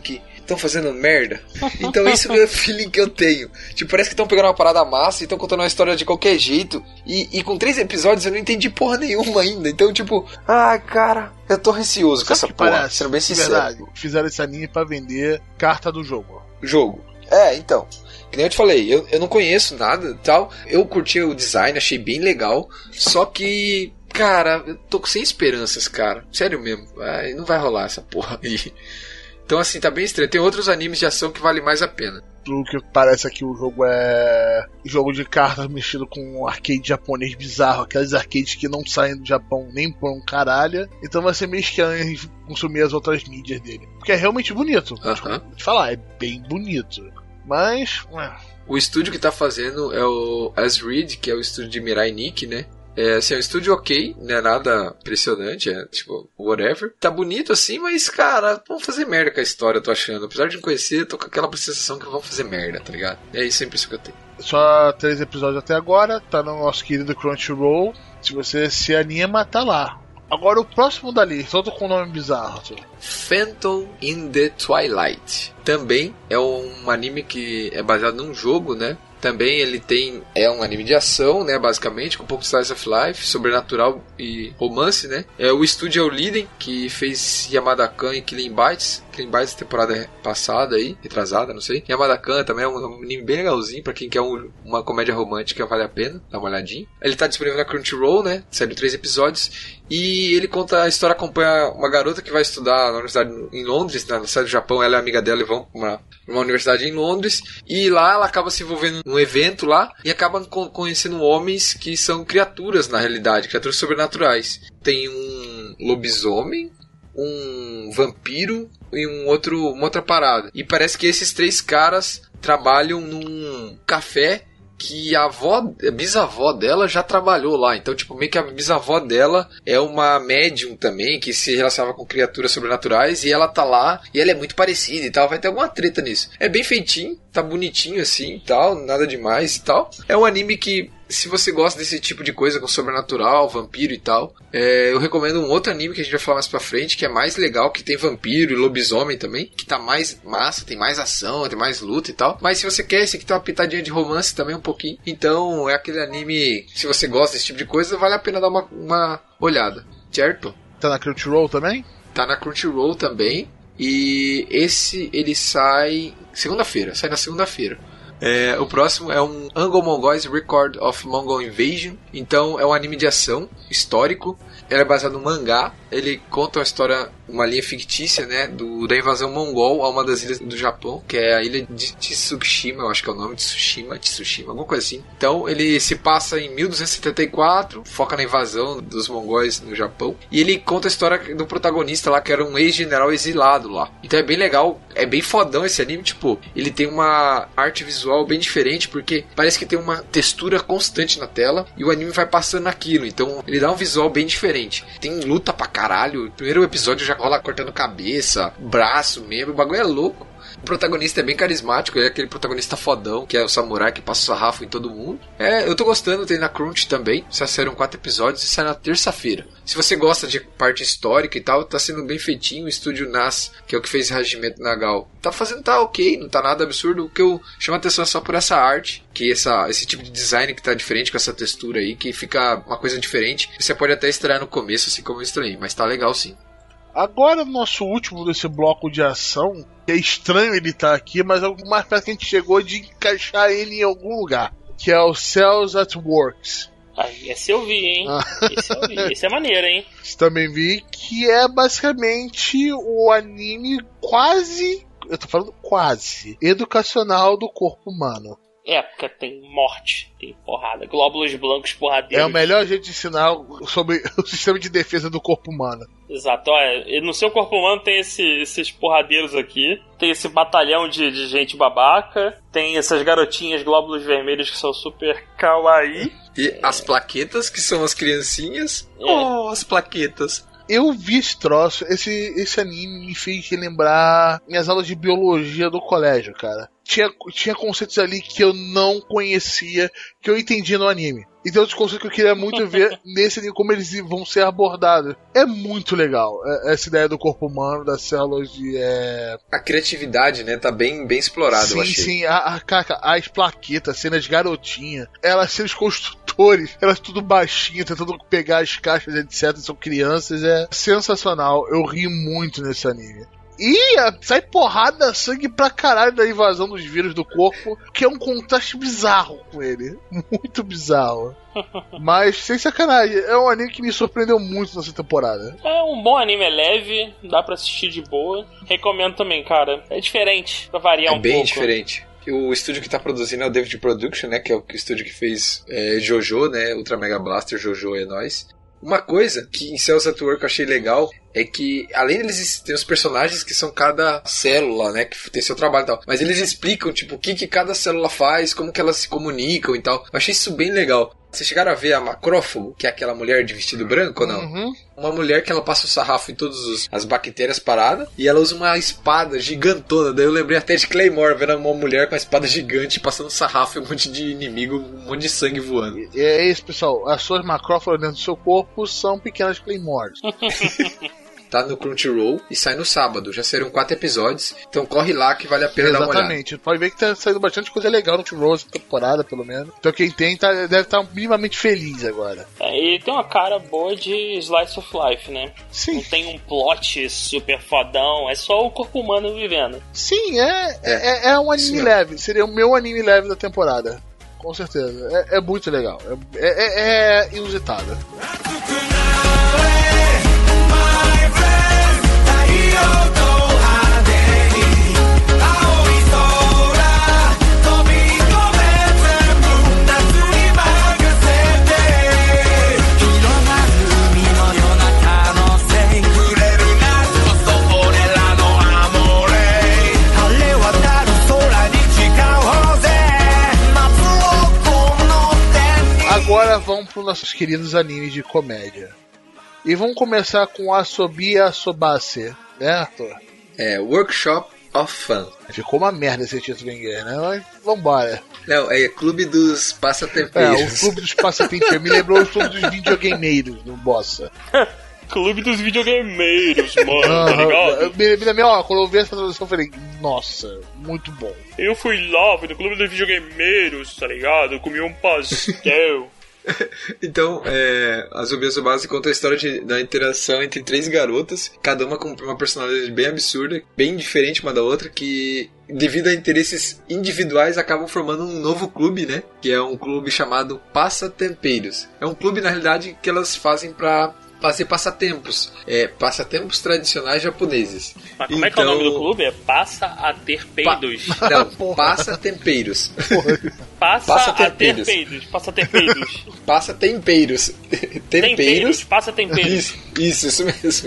estão fazendo merda. Então isso é o feeling que eu tenho. Tipo, parece que estão pegando uma parada massa e estão contando uma história de qualquer jeito. E, e com três episódios eu não entendi porra nenhuma ainda. Então, tipo, ai, cara, eu tô receoso com essa porra, parece, sendo bem sincero. Verdade, fizeram esse anime pra vender carta do jogo. Jogo. É, então. Que nem eu te falei, eu, eu não conheço nada e tal. Eu curti o design, achei bem legal. Só que, cara, eu tô sem esperanças, cara. Sério mesmo. Ai, não vai rolar essa porra aí. Então, assim, tá bem estranho. Tem outros animes de ação que valem mais a pena. O que parece aqui, o jogo é jogo de cartas mexido com um arcade japonês bizarro. Aqueles arcades que não saem do Japão nem por um caralho. Então vai ser meio estranho consumir as outras mídias dele. Porque é realmente bonito. Uh-huh. Vou te falar, é bem bonito. Mas... Ué. O estúdio que tá fazendo é o Asread, que é o estúdio de Mirai Nikki, né? É, assim, é um estúdio ok, não é nada impressionante, é tipo, whatever. Tá bonito assim, mas, cara, vão fazer merda com a história, eu tô achando. Apesar de não conhecer, eu tô com aquela sensação que vão fazer merda, tá ligado? É isso, é a impressão que eu tenho. Só três episódios até agora, tá no nosso querido Crunchyroll. Se você se anima, tá lá. Agora o próximo dali, todo com nome bizarro. Phantom in the Twilight. Também é um anime que é baseado num jogo, né? Também ele tem... É um anime de ação, né? Basicamente, com um pouco de Slice of Life, sobrenatural e romance, né? É, o estúdio é o Liden, que fez Yamada-kan e Killing Bites. Killing Bites temporada passada aí, retrasada, não sei. Yamada-kan também é um, um anime bem legalzinho, pra quem quer um, uma comédia romântica, vale a pena. Dá uma olhadinha. Ele tá disponível na Crunchyroll, né? Saiu três episódios. E ele conta a história, acompanha uma garota que vai estudar na universidade em Londres, na cidade do Japão. Ela é amiga dela e vão pra uma, uma universidade em Londres. E lá ela acaba se envolvendo num evento lá e acaba conhecendo homens que são criaturas na realidade, criaturas sobrenaturais. Tem um lobisomem, um vampiro e um outro, uma outra parada. E parece que esses três caras trabalham num café que a avó, a bisavó dela já trabalhou lá. Então, tipo, meio que a bisavó dela é uma médium também, que se relacionava com criaturas sobrenaturais, e ela tá lá, e ela é muito parecida e tal, vai ter alguma treta nisso. É bem feitinho, tá bonitinho assim e tal, nada demais e tal. É um anime que, se você gosta desse tipo de coisa com sobrenatural, vampiro e tal, é, eu recomendo um outro anime que a gente vai falar mais pra frente, que é mais legal, que tem vampiro e lobisomem também, que tá mais massa, tem mais ação, tem mais luta e tal. Mas se você quer, esse aqui tem uma pitadinha de romance também um pouquinho. Então é aquele anime, se você gosta desse tipo de coisa, vale a pena dar uma, uma olhada, certo? Tá na Crunchyroll também? Tá na Crunchyroll também. E esse, ele sai segunda-feira, sai na segunda-feira. É, o próximo é um Anglo Mongols Record of Mongol Invasion. Então é um anime de ação histórico. Ele é baseado no mangá. Ele conta uma história, uma linha fictícia, né, do, da invasão mongol a uma das ilhas do Japão, que é a ilha de Tsushima, eu acho que é o nome, Tsushima, Tsushima, alguma coisa assim. Então ele se passa em mil duzentos e setenta e quatro, foca na invasão dos mongóis no Japão, e ele conta a história do protagonista lá, que era um ex-general exilado lá. Então é bem legal, é bem fodão esse anime, tipo, ele tem uma arte visual bem diferente, porque parece que tem uma textura constante na tela, e o anime vai passando naquilo, então ele dá um visual bem diferente. Tem luta pra caralho. O primeiro episódio já rola cortando cabeça, braço mesmo, o bagulho é louco. O protagonista é bem carismático, é aquele protagonista fodão, que é o samurai que passa o sarrafo em todo mundo. É, eu tô gostando, tem na Crunch também. Já saíram quatro episódios e sai na terça-feira. Se você gosta de parte histórica e tal, tá sendo bem feitinho. O estúdio N A S, que é o que fez Hajime Nagal, tá fazendo, tá ok, não tá nada absurdo. O que eu chamo a atenção é só por essa arte, que essa, esse tipo de design que tá diferente com essa textura aí, que fica uma coisa diferente. Você pode até estranhar no começo, assim como eu estranhei, mas tá legal sim. Agora, nosso último desse bloco de ação, que é estranho ele estar aqui, mas é o mais perto que a gente chegou de encaixar ele em algum lugar, que é o Cells at Works. Ah, esse eu vi, hein? Ah. Esse eu vi, esse é maneiro, hein? Esse também vi, que é basicamente o anime quase, eu tô falando quase, educacional do corpo humano. É, porque tem morte, tem porrada, glóbulos blancos porradeiros. É o melhor jeito de ensinar sobre o sistema de defesa do corpo humano. Exato, olha, no seu corpo humano tem esse, esses porradeiros aqui, tem esse batalhão de, de gente babaca, tem essas garotinhas glóbulos vermelhos que são super kawaii. E as plaquetas, que são as criancinhas. É. Oh, as plaquetas. Eu vi esse troço, esse, esse anime me fez relembrar minhas aulas de biologia do colégio, cara. Tinha, tinha conceitos ali que eu não conhecia, que eu entendi no anime. E tem outros conceitos que eu queria muito ver nesse anime, como eles vão ser abordados. É muito legal essa ideia do corpo humano, das células de... É... A criatividade, né, tá bem, bem explorada, sim, eu achei. Sim, sim, a, a, as plaquetas, cenas garotinhas, elas sendo os construtores, elas tudo baixinhas, tentando pegar as caixas, etcétera. São crianças, é sensacional. Eu ri muito nesse anime. E sai porrada, sangue pra caralho da invasão dos vírus do corpo, que é um contraste bizarro com ele. Muito bizarro. Mas, sem sacanagem, é um anime que me surpreendeu muito nessa temporada. É um bom anime, é leve, dá pra assistir de boa. Recomendo também, cara. É diferente, pra variar é um pouco. É bem diferente. O estúdio que tá produzindo é o David Production, né? Que é o estúdio que fez é, Jojo, né? Ultra Mega Blaster, Jojo é nóis. Uma coisa que em Cells at Work eu achei legal é que, além deles terem os personagens que são cada célula, né, que tem seu trabalho e tal, mas eles explicam, tipo, o que, que cada célula faz, como que elas se comunicam e tal. Eu achei isso bem legal. Vocês chegaram a ver a Macrófago, que é aquela mulher de vestido branco ou não? Uhum. Uma mulher que ela passa o sarrafo em todas as bactérias paradas e ela usa uma espada gigantona. Daí eu lembrei até de Claymore, vendo uma mulher com uma espada gigante passando sarrafo e um monte de inimigo, um monte de sangue voando. E é isso, pessoal. As suas macrófagas dentro do seu corpo são pequenas Claymores. Tá no Crunchyroll e sai no sábado. Já serão quatro episódios, então corre lá que vale a pena dar uma olhada. Exatamente. Pode ver que tá saindo bastante coisa legal no Crunchyroll essa temporada, pelo menos. Então quem tem tá, deve estar minimamente feliz agora. É, e tem uma cara boa de Slice of Life, né? Sim. Não tem um plot super fodão, é só o corpo humano vivendo. Sim, é, é, é um anime Sim. leve. Seria o meu anime leve da temporada. Com certeza. É, é muito legal. É, é, é inusitado. Agora vamos para os nossos queridos animes de comédia. E vamos começar com Asobi Asobase, né, Arthur? É, Workshop of Fun. Ficou uma merda esse título em inglês, né? Mas vambora. Não, é Clube dos É, Passatempeiros. o Clube dos Passatempeiros. Me lembrou o Clube dos Videogameiros no Bossa. Clube dos videogameiros, mano, tá ligado? Me, me lembrei, ó, quando eu vi essa tradução, eu falei, nossa, muito bom. Eu fui lá, fui no Clube dos videogameiros, tá ligado? Eu comi um pastel. Então, é, a Asobi Asobase conta a história de, da interação entre três garotas, cada uma com uma personalidade bem absurda, bem diferente uma da outra, que devido a interesses individuais acabam formando um novo clube, né? Que é um clube chamado Passatempeiros. É um clube, na realidade, que elas fazem pra fazer passatempos, é, passatempos tradicionais japoneses. Mas como então, é que é o nome do clube? É Passa a ter peidos. Pa... Não, Passatempeiros. Passa, passa a ter peidos. Passa a ter peidos. Passa tempeiros. Tempeiros. Tempeiros. Passa tempeiros. Isso, isso, isso mesmo.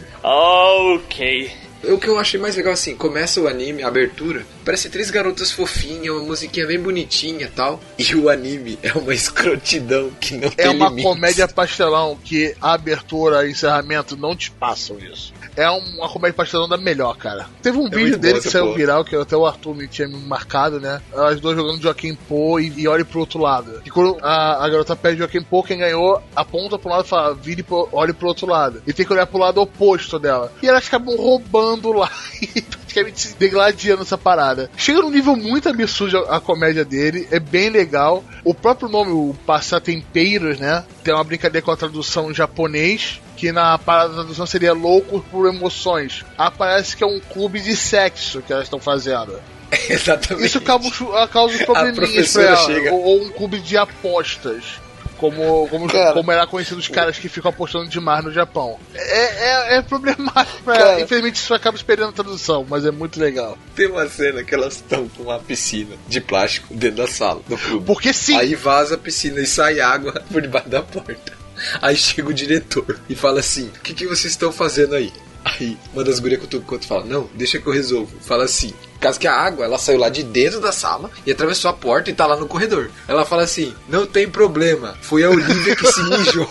Ok. O que eu achei mais legal, assim, começa o anime, a abertura, parece três garotas fofinhas, uma musiquinha bem bonitinha e tal, e o anime é uma escrotidão que não tem É uma limites. comédia pastelão que a abertura e encerramento não te passam isso. É uma comédia pastelão da melhor, cara. Teve um é vídeo dele que saiu porra. viral, que até o Arthur me tinha me marcado, né? As duas jogando Joaquim Pô e, e olhe pro outro lado. E quando a, a garota pede Joaquim Pô, quem ganhou aponta pro lado e fala, vire pro, olhe pro outro lado. E tem que olhar pro lado oposto dela. E elas acabam roubando lá e praticamente se degladiando essa parada. Chega num nível muito absurdo a, a comédia dele, é bem legal. O próprio nome, o Passatempeiros, né? Tem uma brincadeira com a tradução em japonês, que na parada da tradução seria loucos por emoções. Ah, parece que é um clube de sexo que elas estão fazendo. Exatamente. Isso causa, causa probleminhas pra ela. Chega. Ou, ou um clube de apostas. Como, como, como era conhecido os caras que ficam apostando demais no Japão. É, é, é problemático pra ela. Infelizmente isso acaba esperando a tradução, mas é muito legal. Tem uma cena que elas estão com uma piscina de plástico dentro da sala do clube. Porque sim. Aí vaza a piscina e sai água por debaixo da porta. Aí chega o diretor e fala assim, o que, que vocês estão fazendo aí? Aí uma das gurias que eu tô fala, não, deixa que eu resolvo. Fala assim, por causa que a água, ela saiu lá de dentro da sala e atravessou a porta e tá lá no corredor. Ela fala assim, não tem problema, foi a Olivia que se mijou.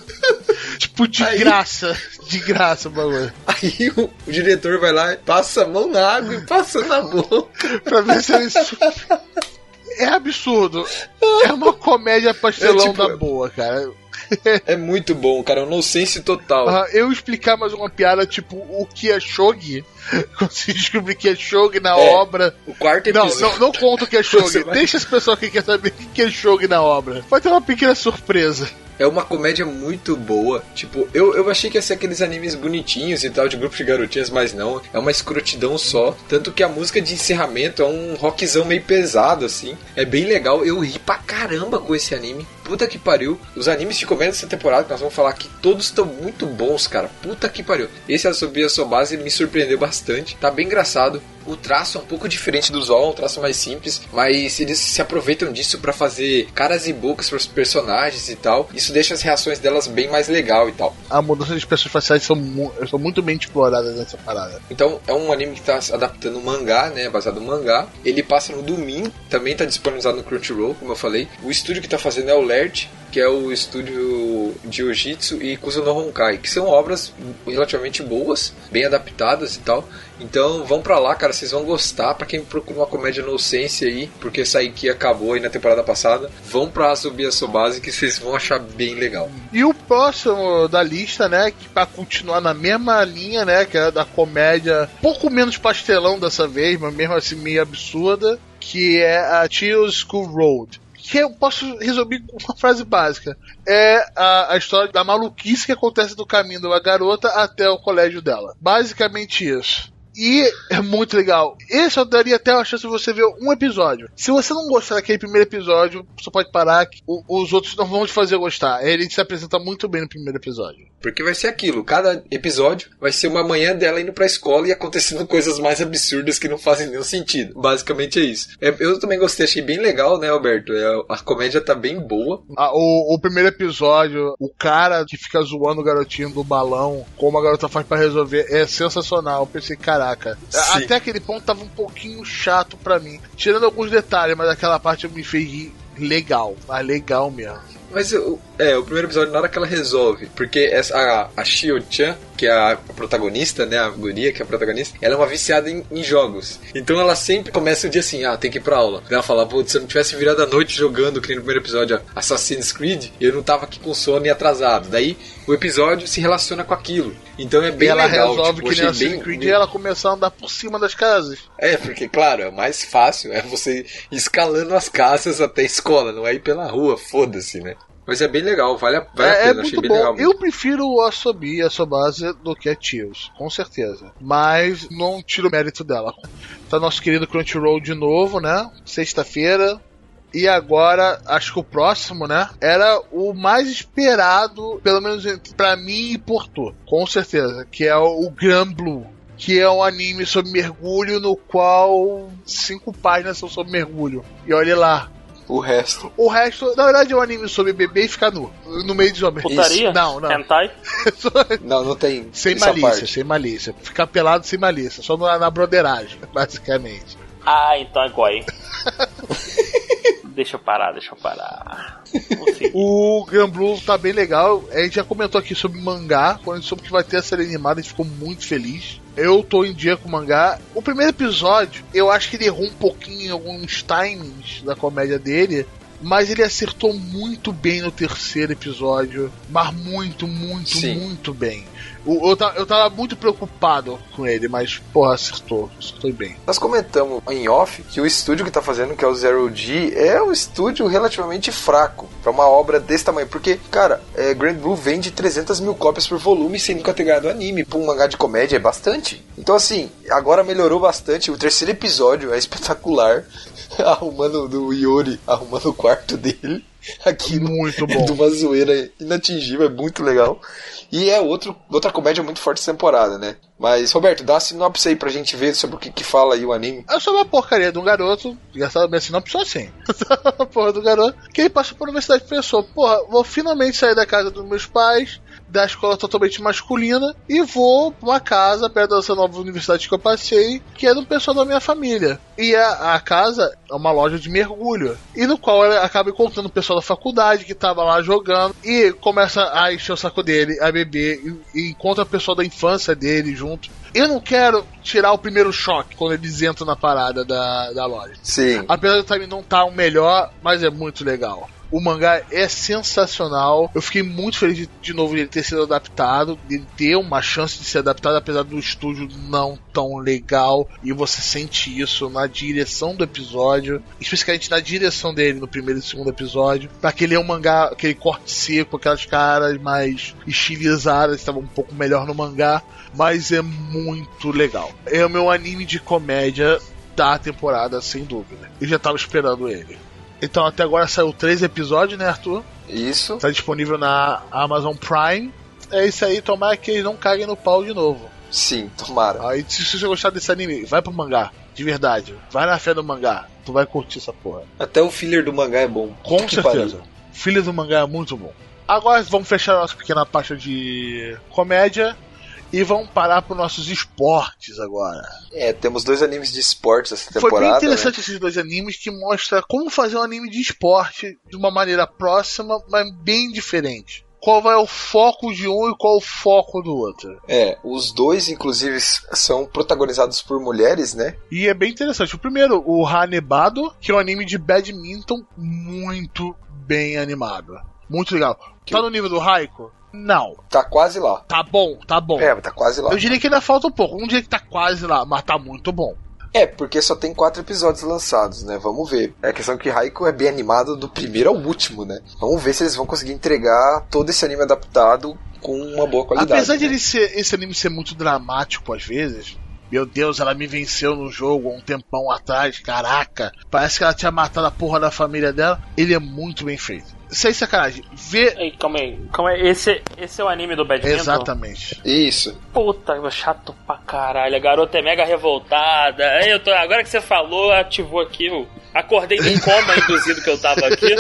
Tipo, de aí, graça, de graça o bagulho. Aí o, o diretor vai lá, passa a mão na água e passa na boca pra ver se ele... é absurdo. É uma comédia pastelão é, tipo, da boa, cara. É muito bom, cara. É um nonsense total. Uh, eu explicar mais uma piada, tipo, o que é shogi. Consegui descobrir que é shogi na é, obra. O quarto episódio. Não, não, não conta o que é shogi. Vai... Deixa as pessoas que querem saber o que é shogi na obra. Vai ter uma pequena surpresa. É uma comédia muito boa. Tipo, eu, eu achei que ia ser aqueles animes bonitinhos e tal, de grupo de garotinhas, mas não. É uma escrotidão só. Tanto que a música de encerramento é um rockzão meio pesado, assim. É bem legal. Eu ri pra caramba com esse anime. Puta que pariu. Os animes de comédia dessa temporada, que nós vamos falar aqui, todos estão muito bons, cara. Puta que pariu. Esse Asobi Asobase me surpreendeu bastante. Tá bem engraçado. O traço é um pouco diferente do Zol, um traço mais simples, mas eles se aproveitam disso pra fazer caras e bocas pros personagens e tal. Isso deixa as reações delas bem mais legal e tal. A mudança de expressões faciais são, mu- são muito bem exploradas nessa parada. Então, é um anime que tá adaptando um mangá, né, baseado no mangá. Ele passa no domingo, também tá disponibilizado no Crunchyroll, como eu falei. O estúdio que tá fazendo é o Lert, que é o estúdio Jiu-Jitsu e Kuzo no Honkai, que são obras relativamente boas, bem adaptadas e tal. Então vão pra lá, cara, vocês vão gostar. Pra quem procura uma comédia nonsense aí, porque essa aqui acabou aí na temporada passada, vão pra Asobi Asobase que vocês vão achar bem legal. E o próximo da lista, né, que pra continuar na mesma linha, né, que é da comédia, pouco menos pastelão dessa vez, mas mesmo assim meio absurda, que é a Chill School Road. Que eu posso resumir com uma frase básica. É a, a história da maluquice que acontece do caminho da garota até o colégio dela. Basicamente isso. E é muito legal. Esse eu daria até a chance de você ver um episódio. Se você não gostar daquele primeiro episódio, você pode parar, que o, os outros não vão te fazer gostar. Ele se apresenta muito bem no primeiro episódio. Porque vai ser aquilo, cada episódio vai ser uma manhã dela indo pra escola e acontecendo coisas mais absurdas que não fazem nenhum sentido. Basicamente é isso. É, eu também gostei, achei bem legal, né, Alberto? É, a comédia tá bem boa. Ah, o, o primeiro episódio, o cara que fica zoando o garotinho do balão, como a garota faz pra resolver, é sensacional. Eu pensei, caraca, sim. Até aquele ponto tava um pouquinho chato pra mim. Tirando alguns detalhes, mas aquela parte eu me fez rir legal. Mas legal mesmo. Mas eu, é, o primeiro episódio, na hora que ela resolve, porque essa, a, a Shio-chan, que é a protagonista, né, a guria que é a protagonista, ela é uma viciada em, em jogos. Então ela sempre começa o dia assim, ah, tem que ir pra aula. Ela fala, putz, se eu não tivesse virado a noite jogando, que nem no primeiro episódio, Assassin's Creed, eu não tava aqui com sono e atrasado. Daí o episódio se relaciona com aquilo. Então é bem e ela legal. Ela resolve tipo, que nem Assassin's Creed e ela começar a andar por cima das casas. É, porque, claro, é mais fácil, é você escalando as casas até a escola, não é ir pela rua, foda-se, né? Mas é bem legal, vale a, vale é, a pena, é achei muito bem bom. legal. Eu prefiro o Asobi e a Asobase do que a Tears, com certeza. Mas não tiro o mérito dela. Tá nosso querido Crunchyroll de novo, né? Sexta-feira. E agora, acho que o próximo, né? Era o mais esperado, pelo menos pra mim e por tu, com certeza. Que é o Grand Blue. Que é um anime sobre mergulho, no qual cinco páginas são sobre mergulho. E olha lá. O resto. O resto, na verdade, é um anime sobre beber e ficar nu. No meio de homens. Putaria? Não, não. Hentai? Não, não tem. Sem malícia, parte. sem malícia. Ficar pelado sem malícia. Só na, na broderagem, basicamente. Ah, então é goi. Deixa eu parar, deixa eu parar. O Grand Blue tá bem legal. A gente já comentou aqui sobre mangá. Quando a gente soube que vai ter a série animada, a gente ficou muito feliz. Eu tô em dia com o mangá. O primeiro episódio, eu acho que ele errou um pouquinho em alguns timings da comédia dele, mas ele acertou muito bem no terceiro episódio. Mas muito, muito, Sim. muito bem. Eu, eu, tava, eu tava muito preocupado com ele, mas, porra, acertou. Acertou bem. Nós comentamos em off que o estúdio que tá fazendo, que é o Zero G, é um estúdio relativamente fraco pra uma obra desse tamanho. Porque, cara, é, Grand Blue vende trezentas mil cópias por volume sendo categorizado anime. Pra um mangá de comédia é bastante. Então, assim, agora melhorou bastante. O terceiro episódio é espetacular. Arrumando do Iori, arrumando o quarto dele. Aqui muito bom. De uma zoeira inatingível, é muito legal. E é outro, outra comédia muito forte essa temporada, né? Mas, Roberto, dá a sinopse aí pra gente ver sobre o que, que fala aí o anime. É sobre uma porcaria de um garoto, engraçado, minha sinopse só assim. A porra do garoto, que ele passa por uma universidade e pensou, porra, vou finalmente sair da casa dos meus pais, da escola totalmente masculina e vou pra uma casa perto dessa nova universidade que eu passei, que é de um pessoal da minha família. E a, a casa é uma loja de mergulho, e no qual ela acaba encontrando o pessoal da faculdade que tava lá jogando, e começa a encher o saco dele, a beber, e, e encontra o pessoal da infância dele junto. Eu não quero tirar o primeiro choque quando eles entram na parada da, da loja. Sim. Apesar do time não tá o melhor, mas é muito legal. O mangá é sensacional. Eu fiquei muito feliz de, de novo ele ter sido adaptado, de ter uma chance de ser adaptado, apesar do estúdio não tão legal. E você sente isso na direção do episódio, especificamente na direção dele no primeiro e segundo episódio. Pra que ele é um mangá, aquele corte seco, aquelas caras mais estilizadas, estavam um pouco melhor no mangá. Mas é muito legal. É o meu anime de comédia da temporada, sem dúvida. Eu já tava esperando ele. Então até agora saiu três episódios, né, Arthur? Isso. Tá disponível na Amazon Prime. É isso aí, tomara que eles não caguem no pau de novo. Sim, tomara. Aí se você gostar desse anime, vai pro mangá. De verdade. Vai na fé do mangá. Tu vai curtir essa porra. Até o filler do mangá é bom. Com que certeza. Pariu. O filler do mangá é muito bom. Agora vamos fechar a nossa pequena parte de comédia. E vamos parar para os nossos esportes agora. É, temos dois animes de esportes essa temporada. Foi bem interessante, né? Esses dois animes que mostram como fazer um anime de esporte de uma maneira próxima, mas bem diferente. Qual vai o foco de um e qual o foco do outro. É, os dois, inclusive, são protagonizados por mulheres, né? E é bem interessante. O primeiro, o Hanebado, que é um anime de badminton muito bem animado. Muito legal. Que... Tá no nível do Haikyuu? Não. Tá quase lá. Tá bom, tá bom. É, tá quase lá. Eu diria que ainda falta um pouco. Um dia que tá quase lá, mas tá muito bom. É, porque só tem quatro episódios lançados, né? Vamos ver. É a questão que Haikyuu é bem animado do primeiro ao último, né? Vamos ver se eles vão conseguir entregar todo esse anime adaptado com uma boa qualidade. Apesar né? de ele ser, esse anime ser muito dramático às vezes... Meu Deus, ela me venceu no jogo há um tempão atrás, caraca. Parece que ela tinha matado a porra da família dela. Ele é muito bem feito. Sem sacanagem. Vê... Ei, calma aí, calma aí. Esse, esse é o anime do badminton? Exatamente. Isso. Puta, chato pra caralho. A garota é mega revoltada. Eu tô, agora que você falou, ativou aqui. Eu acordei em coma induzido que eu tava aqui.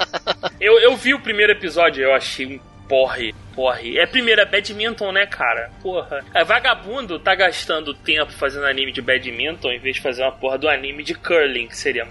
Eu, eu vi o primeiro episódio, eu achei um porre. Porre. É primeiro, é badminton, né, cara? Porra. É, vagabundo tá gastando tempo fazendo anime de badminton em vez de fazer uma porra do anime de curling, que seria.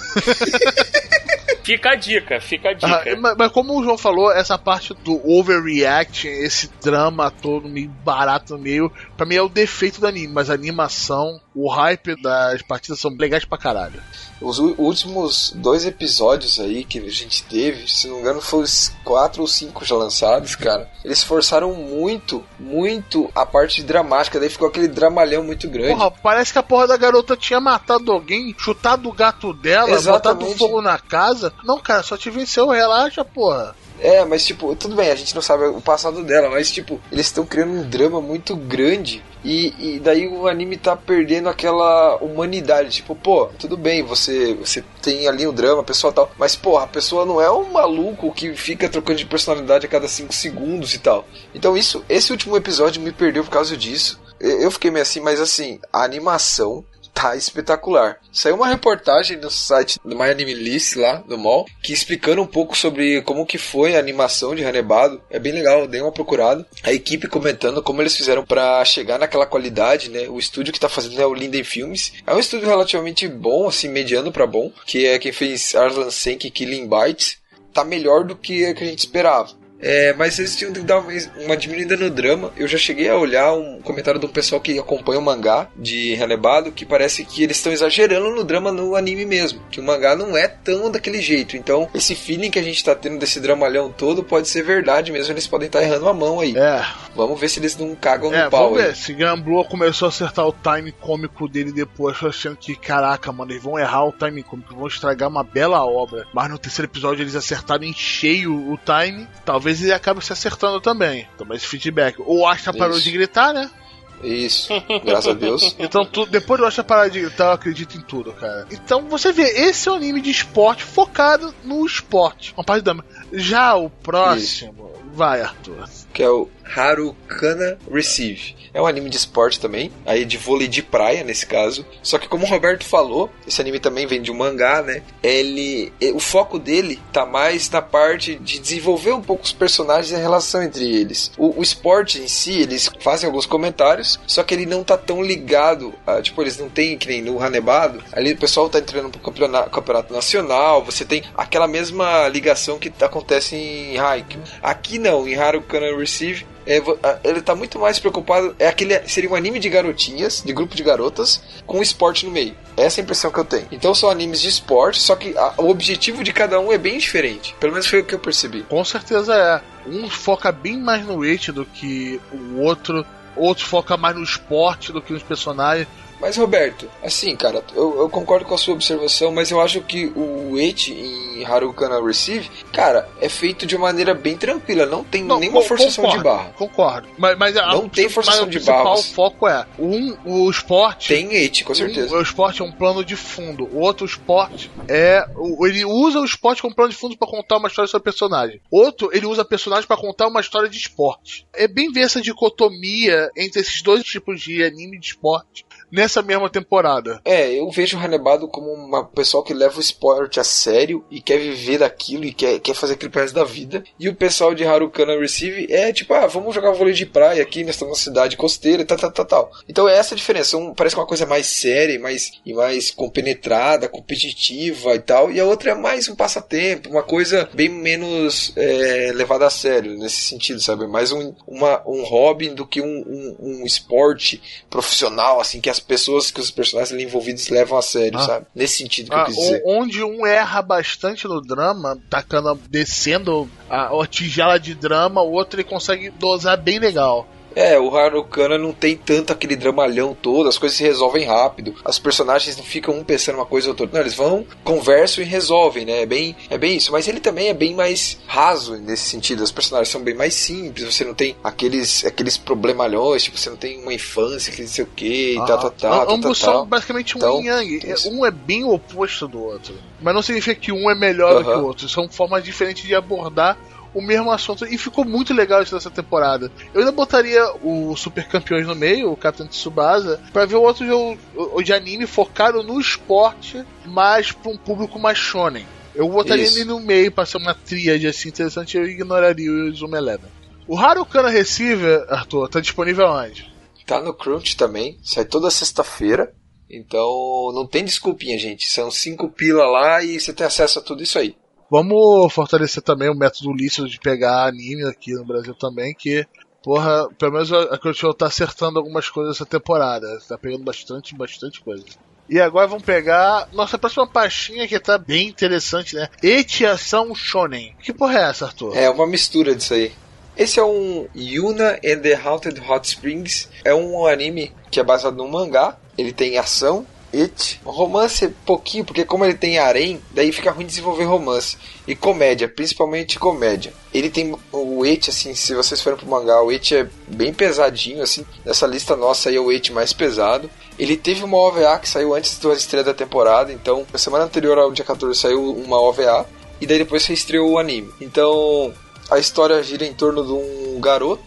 Fica a dica, fica a dica. Ah, mas, mas como o João falou, essa parte do overreact, esse drama todo meio barato no meio, pra mim é o defeito do anime, mas a animação, o hype das partidas são legais pra caralho. Os últimos dois episódios aí que a gente teve, se não me engano, foram os quatro ou cinco já lançados, cara. Eles forçaram muito, muito a parte dramática, daí ficou aquele dramalhão muito grande. Porra, parece que a porra da garota tinha matado alguém, chutado o gato dela, Exatamente. botado fogo na casa. Não, cara, só te venceu, relaxa, porra. É, mas tipo, tudo bem, a gente não sabe o passado dela, mas tipo, eles estão criando um drama muito grande e, e daí o anime tá perdendo aquela humanidade, tipo, pô, tudo bem, você, você tem ali o drama, a pessoa tal, mas porra, a pessoa não é um maluco que fica trocando de personalidade a cada cinco segundos e tal. Então isso, esse último episódio me perdeu por causa disso. Eu fiquei meio assim, mas assim, a animação tá espetacular. Saiu uma reportagem no site do My Anime List lá, do mall, que explicando um pouco sobre como que foi a animação de Hanebado. É bem legal, dei uma procurada. A equipe comentando como eles fizeram pra chegar naquela qualidade, né? O estúdio que tá fazendo é o Linden Filmes. É um estúdio relativamente bom, assim, mediano pra bom, que é quem fez Arslan Senki e Killing Bites. Tá melhor do que a que a gente esperava. É, mas eles tinham que dar uma, uma diminuída no drama. Eu já cheguei a olhar um comentário do pessoal que acompanha o mangá de Hanebado, que parece que eles estão exagerando no drama no anime mesmo, que o mangá não é tão daquele jeito. Então esse feeling que a gente tá tendo desse dramalhão todo pode ser verdade mesmo, eles podem estar errando a mão aí. É. Vamos ver se eles não cagam é, no pau. Vamos ver aí. se Granblue começou a acertar o time cômico dele depois, achando que, caraca, mano, eles vão errar o time cômico, vão estragar uma bela obra. Mas no terceiro episódio eles acertaram em cheio o time, talvez ele acabe se acertando também. Toma esse feedback. O Asta parou de gritar, né? Isso, graças a Deus. Então, tu, depois do Asta parar de gritar, eu acredito em tudo, cara. Então, você vê, esse é um anime de esporte focado no esporte. Uma parte da... Já o próximo... Isso. Vai, Arthur. Que é o Harukana Receive. É um anime de esporte também, aí de vôlei de praia nesse caso. Só que como o Roberto falou, esse anime também vem de um mangá, né? Ele, o foco dele tá mais na parte de desenvolver um pouco os personagens e a relação entre eles. O, o esporte em si, eles fazem alguns comentários, só que ele não tá tão ligado, a, tipo, eles não tem, que nem no Hanebado, ali o pessoal tá entrando pro campeonato, campeonato nacional, você tem aquela mesma ligação que acontece em Haikyuu. Aqui não, em Harukana Receive, É, ele tá muito mais preocupado. É aquele, seria um anime de garotinhas, de grupo de garotas, com esporte no meio. Essa é a impressão que eu tenho. Então são animes de esporte, só que a, o objetivo de cada um é bem diferente. Pelo menos foi o que eu percebi. Com certeza é. Um foca bem mais no eit do que o outro. Outro foca mais no esporte do que nos personagens. Mas, Roberto, assim, cara, eu, eu concordo com a sua observação, mas eu acho que o eit em Harukana Receive, cara, é feito de uma maneira bem tranquila, não tem não, nenhuma forçação concordo, de barra. Concordo. Mas, mas não a, tem forçação de barra. O principal foco é, um, o esporte... Tem eit, com certeza. Um, o esporte é um plano de fundo, o outro esporte é... Ele usa o esporte como plano de fundo pra contar uma história sobre personagem. Outro, ele usa personagem pra contar uma história de esporte. É bem ver essa dicotomia entre esses dois tipos de anime de esporte nessa mesma temporada. É, eu vejo o Hanebado como uma pessoa que leva o esporte a sério e quer viver daquilo e quer, quer fazer aquilo pro resto da vida. E o pessoal de Harukana Receive é tipo, ah, vamos jogar vôlei de praia aqui nessa nossa cidade costeira e tal, tal, tal, tal. Então é essa a diferença. Um parece uma coisa mais séria mais, e mais compenetrada, competitiva e tal. E a outra é mais um passatempo, uma coisa bem menos é, levada a sério nesse sentido, sabe? Mais um, uma, um hobby do que um, um, um esporte profissional, assim, que as pessoas, que os personagens ali envolvidos levam a sério, ah. sabe? Nesse sentido que ah, eu quis dizer. Onde um erra bastante no drama, tacando, descendo a, a tigela de drama, o outro ele consegue dosar bem legal. É, o Harukana não tem tanto aquele dramalhão todo, as coisas se resolvem rápido, as personagens não ficam um pensando uma coisa ou outra, não, eles vão, conversam e resolvem, né, é bem, é bem isso, mas ele também é bem mais raso nesse sentido, os personagens são bem mais simples, você não tem aqueles, aqueles problemalhões, tipo, você não tem uma infância, que não sei o que, e ah, tal, tal, tal, ambos tal, são tal. basicamente um então, yin yang, um é bem o oposto do outro, mas não significa que um é melhor uh-huh. do que o outro, são formas diferentes de abordar o mesmo assunto, e ficou muito legal isso nessa temporada. Eu ainda botaria o Super Campeões no meio, o Capitão Tsubasa, pra ver o outro jogo de anime focado no esporte, mas pra um público mais shonen. Eu botaria isso. Ele no meio pra ser uma tríade assim interessante, eu ignoraria o Izuma Eleven. O Harukana Receiver, Arthur, tá disponível onde? Tá no Crunch também, sai toda sexta-feira. Então não tem desculpinha, gente. São cinco pila lá e você tem acesso a tudo isso aí. Vamos fortalecer também o método lícito de pegar anime aqui no Brasil também, que, porra, pelo menos a Crunchyroll tá acertando algumas coisas essa temporada. Tá pegando bastante, bastante coisa. E agora vamos pegar nossa próxima pastinha, que tá bem interessante, né? Etiação Shonen. Que porra é essa, Arthur? É uma mistura disso aí. Esse é um Yuna and the Haunted Hot Springs. É um anime que é baseado num mangá. Ele tem ação, et, romance pouquinho, porque como ele tem harém, daí fica ruim desenvolver romance. E comédia, principalmente comédia. Ele tem o et, assim, se vocês forem pro mangá, o et é bem pesadinho, assim. Nessa lista nossa aí é o et mais pesado. Ele teve uma O V A que saiu antes da estreia da temporada, então na semana anterior ao dia quatorze saiu uma O V A, e daí depois reestreou o anime. Então a história gira em torno de um garoto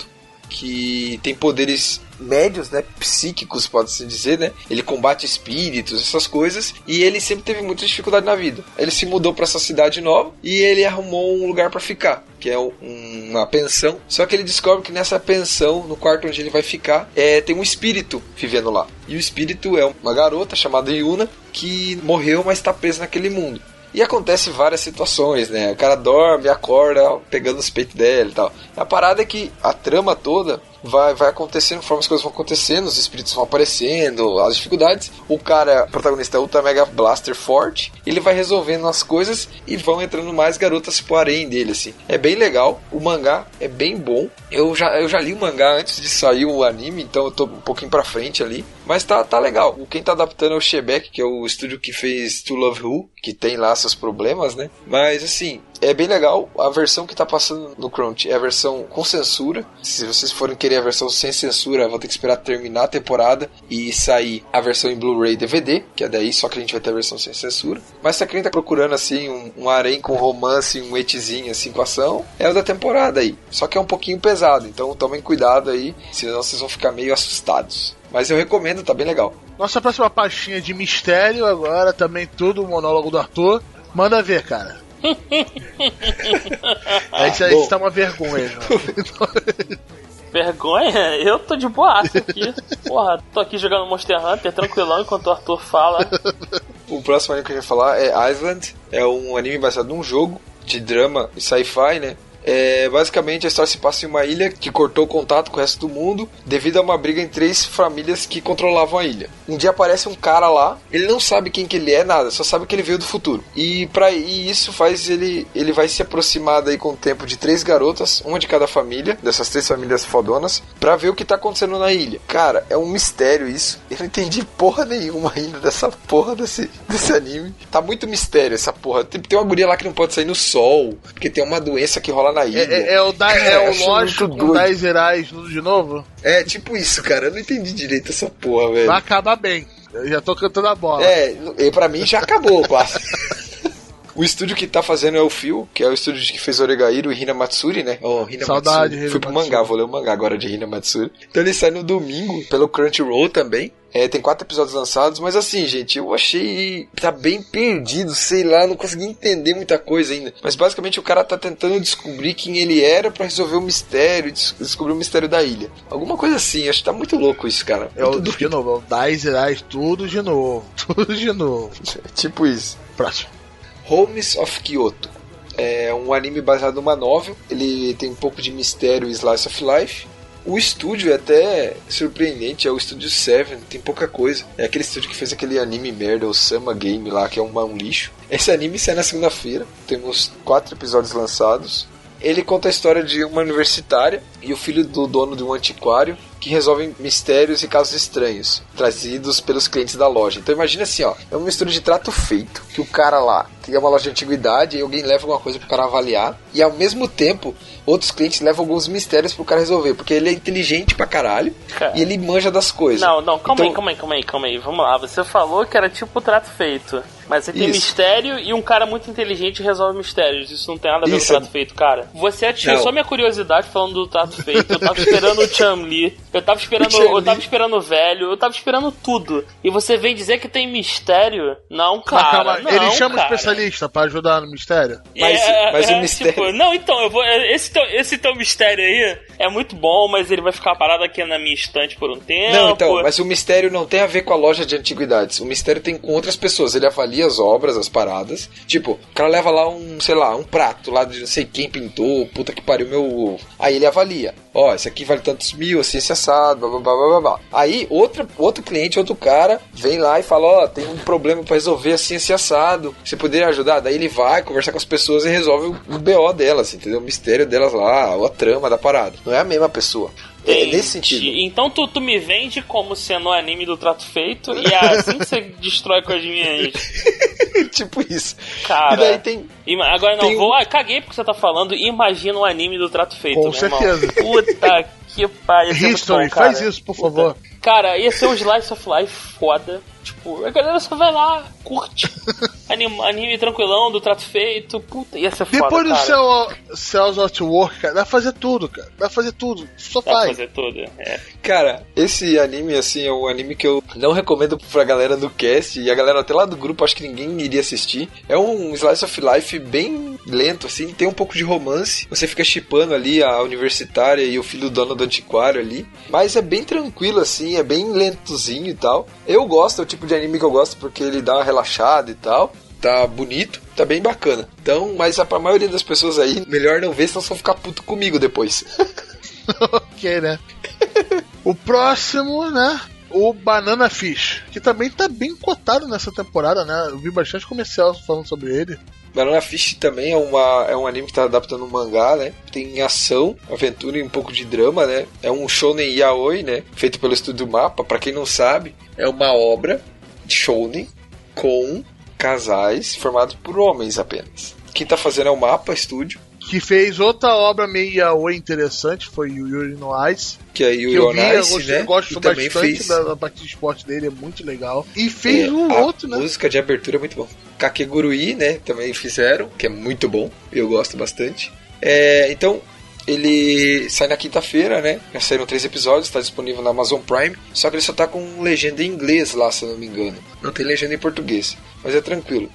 que tem poderes médios, né, psíquicos, pode-se dizer, né, ele combate espíritos, essas coisas, e ele sempre teve muita dificuldade na vida. Ele se mudou para essa cidade nova e ele arrumou um lugar para ficar, que é um, uma pensão, só que ele descobre que nessa pensão, no quarto onde ele vai ficar, é, tem um espírito vivendo lá, e o espírito é uma garota chamada Yuna, que morreu, mas está presa naquele mundo. E acontece várias situações, né? O cara dorme, acorda, pegando os peitos dela e tal. A parada é que a trama toda vai, vai acontecendo, conforme as coisas vão acontecendo, os espíritos vão aparecendo, as dificuldades. O cara, o protagonista é Ultra Mega Blaster forte, ele vai resolvendo as coisas e vão entrando mais garotas pro harém dele, assim. É bem legal, o mangá é bem bom. Eu já, eu já li o mangá antes de sair o anime, então eu tô um pouquinho pra frente ali. Mas tá, tá legal. Quem tá adaptando é o Shebeck, que é o estúdio que fez To Love Who, que tem lá seus problemas, né? Mas assim, é bem legal. A versão que tá passando no Crunch é a versão com censura. Se vocês forem querer a versão sem censura, vão ter que esperar terminar a temporada e sair a versão em Blu-ray e D V D, que é daí só que a gente vai ter a versão sem censura. Mas se a quem tá procurando assim um, um harém com romance, um etzinho assim com ação, é o da temporada aí. Só que é um pouquinho pesado, então tomem cuidado aí, senão vocês vão ficar meio assustados. Mas eu recomendo, tá bem legal. Nossa próxima pastinha de mistério agora, também tudo o monólogo do Arthur. Manda ver, cara. Esse aí tá uma vergonha. Vergonha? Eu tô de boaça aqui. Porra, tô aqui jogando Monster Hunter tranquilão enquanto o Arthur fala. O próximo anime que eu ia falar é Island. É um anime baseado num jogo de drama e sci-fi, né? É, basicamente a história se passa em uma ilha que cortou o contato com o resto do mundo devido a uma briga em três famílias que controlavam a ilha. Um dia aparece um cara lá, ele não sabe quem que ele é, nada, só sabe que ele veio do futuro. E, pra, e isso faz ele, ele vai se aproximar daí com o tempo de três garotas, uma de cada família, dessas três famílias fodonas, pra ver o que tá acontecendo na ilha. Cara, é um mistério isso. Eu não entendi porra nenhuma ainda dessa porra desse, desse anime. Tá muito mistério essa porra. Tem, tem uma guria lá que não pode sair no sol, porque tem uma doença que rola na ilha. É, é o, da, é o lógico com dez Heróis tudo de novo? É, tipo isso, cara. Eu não entendi direito essa porra, velho. Vai acabar bem. Eu já tô cantando a bola. É, e pra mim já acabou quase. O estúdio que tá fazendo é o Phil, que é o estúdio que fez Oregairo e Hina Matsuri, né? Oh, Hina Saudade, Matsuri. Fui pro mangá, vou ler o mangá agora de Hina Matsuri. Então ele sai no domingo pelo Crunchyroll também. É, tem quatro episódios lançados, mas assim, gente, eu achei... Tá bem perdido, sei lá, não consegui entender muita coisa ainda. Mas basicamente o cara tá tentando descobrir quem ele era pra resolver o mistério, descobrir o mistério da ilha. Alguma coisa assim, acho que tá muito louco isso, cara. É o, de novo, é o dez Heróis tudo de novo. Tudo de novo. É tipo isso. Próximo. Homes of Kyoto. É um anime baseado numa novel. Ele tem um pouco de mistério e slice of life. O estúdio é até surpreendente, é o estúdio Seven, tem pouca coisa. É aquele estúdio que fez aquele anime merda, o Sama Game lá, que é um, um lixo. Esse anime sai na segunda-feira, temos quatro episódios lançados. Ele conta a história de uma universitária e o filho do dono de um antiquário que resolvem mistérios e casos estranhos trazidos pelos clientes da loja. Então imagina assim, ó, é uma mistura de trato feito, que o cara lá cria uma loja de antiguidade e alguém leva alguma coisa pro cara avaliar, e ao mesmo tempo outros clientes levam alguns mistérios pro cara resolver, porque ele é inteligente pra caralho, cara, e ele manja das coisas. Não, não, calma então... aí, calma aí, calma aí, calma aí, vamos lá, você falou que era tipo trato feito, mas você tem Isso. mistério e um cara muito inteligente resolve mistérios, isso não tem nada a ver isso. com trato feito, cara. Você atirou só minha curiosidade falando do trato feito, eu tava esperando o Chun-Li, eu tava esperando, eu tava esperando o velho, eu tava esperando tudo, e você vem dizer que tem mistério? Não, cara, calma, não, ele chama cara. um especialista pra ajudar no mistério? Mas, é, mas é, o mistério... Tipo, não, então, eu vou, esse, teu, esse teu mistério aí é muito bom, mas ele vai ficar parado aqui na minha estante por um tempo. Não, então, mas o mistério não tem a ver com a loja de antiguidades, o mistério tem com outras pessoas, ele avalia as obras, as paradas, tipo, o cara leva lá um, sei lá, um prato lá de não sei quem pintou, puta que pariu meu... Aí ele avalia, ó, esse aqui vale tantos mil, assim, esse assado, blá, blá, blá, blá, blá. Aí outro, outro cliente, outro cara vem lá e fala, ó, oh, tem um problema pra resolver assim, esse assado, você poderia ajudar? Daí ele vai conversar com as pessoas e resolve o, o B O delas, entendeu? O mistério delas lá, a trama da parada. Não é a mesma pessoa. É nesse sentido. Então tu, tu me vende como sendo o anime do trato feito e é assim que você destrói com as minhas... Tipo isso. Cara, e daí tem... Agora não, tem vou... um... Ah, caguei porque você tá falando, imagina o anime do trato feito, com certeza. Irmão. Puta que pariu. History, faz isso, por favor. Puta. Cara, ia ser um slice of life foda. Tipo, a galera só vai lá, curte. Anime, anime tranquilão, do trato feito. Puta, ia ser foda, depois do cara. seu Cells at Work, cara, dá pra fazer tudo, cara. Dá pra fazer tudo. Só dá faz. Dá pra fazer tudo, é. Cara, esse anime, assim, é um anime que eu não recomendo pra galera do cast. E a galera até lá do grupo, acho que ninguém iria assistir. É um slice of life bem lento, assim. Tem um pouco de romance. Você fica shippando ali a universitária e o filho do dono do antiquário ali. Mas é bem tranquilo, assim. É bem lentozinho e tal. Eu gosto, é o tipo de anime que eu gosto porque ele dá uma relaxada e tal. Tá bonito, tá bem bacana. Então, mas a, a maioria das pessoas aí, melhor não ver, senão só ficar puto comigo depois. Ok, né? O próximo, né? O Banana Fish, que também tá bem cotado nessa temporada, né? Eu vi bastante comercial falando sobre ele. Banana Fish também é, uma, é um anime que tá adaptando um mangá, né? Tem ação, aventura e um pouco de drama, né? É um shounen yaoi, né? Feito pelo estúdio Mapa. Pra quem não sabe, é uma obra de shounen com casais formados por homens apenas. Quem tá fazendo é o Mapa Studio. Que fez outra obra meio yaoi interessante, foi o Yuri no Ice. Que é Yuri que eu on vi, Ice, eu gosto, né? Eu gosto e bastante fez... da, da parte de esporte dele, é muito legal. E fez é, um a outro, né? A música de abertura é muito bom. Kakegurui, né? Também fizeram, que é muito bom. Eu gosto bastante. É, então, ele sai na quinta-feira, né? Já saíram três episódios, está disponível na Amazon Prime. Só que ele só tá com legenda em inglês lá, se eu não me engano. Não tem legenda em português, mas é tranquilo.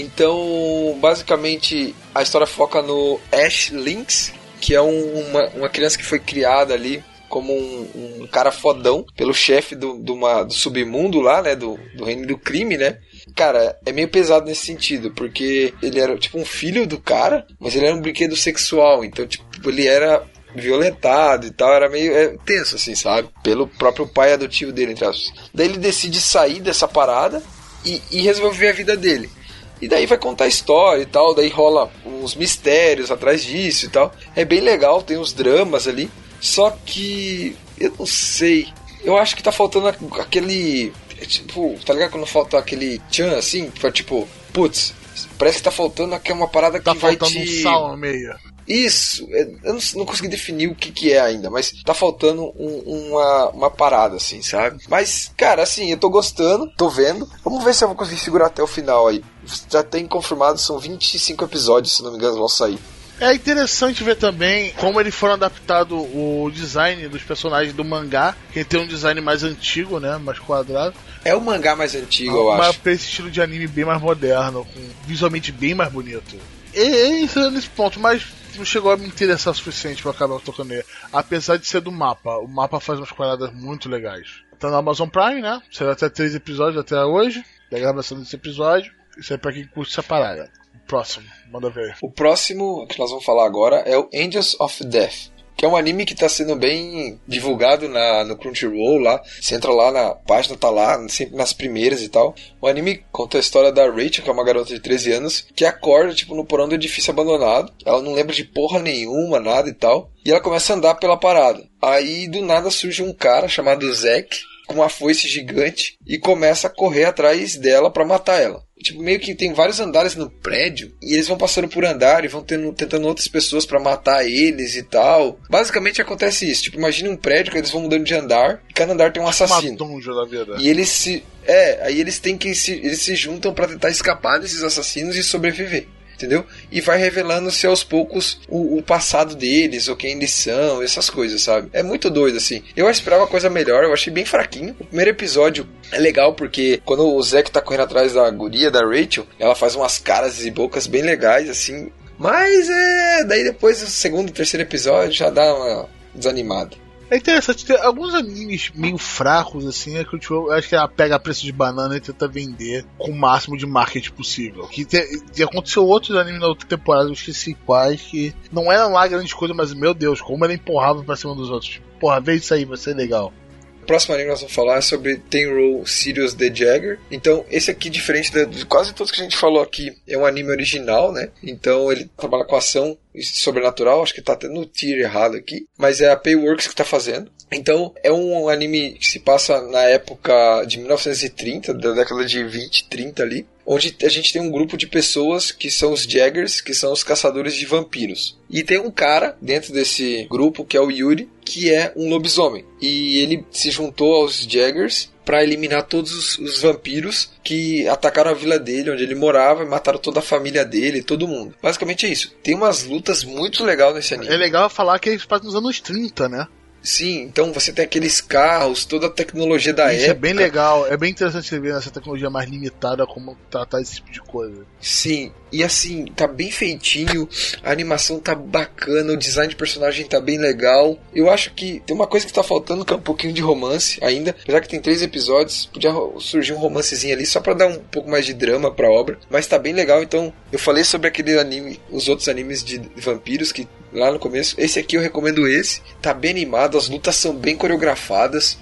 Então, basicamente, a história foca no Ash Lynx, que é um, uma, uma criança que foi criada ali como um, um cara fodão pelo chefe do, do, uma, do submundo lá, né? Do, do reino do crime, né? Cara, é meio pesado nesse sentido, porque ele era tipo um filho do cara, mas ele era um brinquedo sexual, então tipo, ele era violentado e tal, era meio é, tenso assim, sabe? Pelo próprio pai adotivo dele, entre aspas. Daí ele decide sair dessa parada e, e resolver a vida dele. E daí vai contar a história e tal, daí rola uns mistérios atrás disso e tal. É bem legal, tem uns dramas ali. Só que, eu não sei, eu acho que tá faltando aquele, tipo, tá ligado quando falta aquele tchan assim? Que foi tipo, putz, parece que tá faltando aqui uma parada que tá vai te... Tá faltando um sal no meio. Isso, eu não, não consegui definir o que que é ainda, mas tá faltando um, uma, uma parada, assim, sabe? Mas, cara, assim, eu tô gostando, tô vendo. Vamos ver se eu vou conseguir segurar até o final aí. Já tem confirmado, são vinte e cinco episódios, se não me engano, vão sair. É interessante ver também como eles foram adaptado o design dos personagens do mangá, que tem um design mais antigo, né, mais quadrado. É o mangá mais antigo, ah, eu mas acho. Pra esse estilo de anime bem mais moderno, com visualmente bem mais bonito. E é isso nesse ponto, mas não chegou a me interessar o suficiente pra acabar tocando ele. Apesar de ser do Mapa. O Mapa faz umas paradas muito legais. Tá na Amazon Prime, né? Será até três episódios até hoje, da gravação desse episódio. Isso aí pra quem curte essa parada. Próximo, manda ver. O próximo que nós vamos falar agora é o Angels of Death, que é um anime que está sendo bem divulgado na, no Crunchyroll lá. Você entra lá na página, tá lá, sempre nas primeiras e tal. O anime conta a história da Rachel, que é uma garota de treze anos, que acorda tipo no porão do edifício abandonado. Ela não lembra de porra nenhuma, nada e tal. E ela começa a andar pela parada. Aí do nada surge um cara chamado Zack, com uma foice gigante, e começa a correr atrás dela pra matar ela. Tipo, meio que tem vários andares no prédio, e eles vão passando por andar e vão tendo, tentando outras pessoas pra matar eles e tal. Basicamente acontece isso. Tipo, imagina um prédio que eles vão mudando de andar, e cada andar tem um assassino. Uma dungeon da vida. E eles se... É, aí eles têm que se... Eles se juntam pra tentar escapar desses assassinos e sobreviver. Entendeu? E vai revelando-se aos poucos o, o passado deles, ou quem eles são, essas coisas, sabe? É muito doido, assim. Eu esperava coisa melhor, eu achei bem fraquinho. O primeiro episódio é legal porque quando o Zack tá correndo atrás da guria, da Rachel, ela faz umas caras e bocas bem legais, assim. Mas é... Daí depois, o segundo e terceiro episódio já dá uma desanimada. É interessante, ter alguns animes meio fracos, assim, é que eu acho que ela pega preço de banana e tenta vender com o máximo de marketing possível. Que te, te aconteceu outros animes na outra temporada, eu esqueci quais, que não eram lá grande coisa, mas meu Deus, como ela empurrava pra cima dos outros. Porra, vê isso aí, vai ser legal. O próximo anime que nós vamos falar é sobre Tenrou Sirius the Jagger. Então, esse aqui, diferente de quase todos que a gente falou aqui, é um anime original, né? Então, ele trabalha com ação sobrenatural, acho que tá até no tier errado aqui, mas é a Payworks que tá fazendo. Então, é um anime que se passa na época de mil novecentos e trinta, da década de vinte, trinta ali, onde a gente tem um grupo de pessoas que são os Jaggers, que são os caçadores de vampiros. E tem um cara dentro desse grupo, que é o Yuri, que é um lobisomem. E ele se juntou aos Jaggers para eliminar todos os, os vampiros que atacaram a vila dele, onde ele morava, e mataram toda a família dele, todo mundo. Basicamente é isso. Tem umas lutas muito legais nesse anime. É legal falar que eles passam nos anos trinta, né? Sim, então você tem aqueles carros, toda a tecnologia da Isso época. É bem legal, é bem interessante você ver essa tecnologia mais limitada, como tratar esse tipo de coisa. Sim, e assim, tá bem feitinho, a animação tá bacana, o design de personagem tá bem legal. Eu acho que tem uma coisa que tá faltando, que é um pouquinho de romance ainda. Já que tem três episódios, podia surgir um romancezinho ali, só pra dar um pouco mais de drama pra obra. Mas tá bem legal, então eu falei sobre aquele anime, os outros animes de vampiros que lá no começo. Esse aqui eu recomendo esse, tá bem animado, as lutas são bem coreografadas.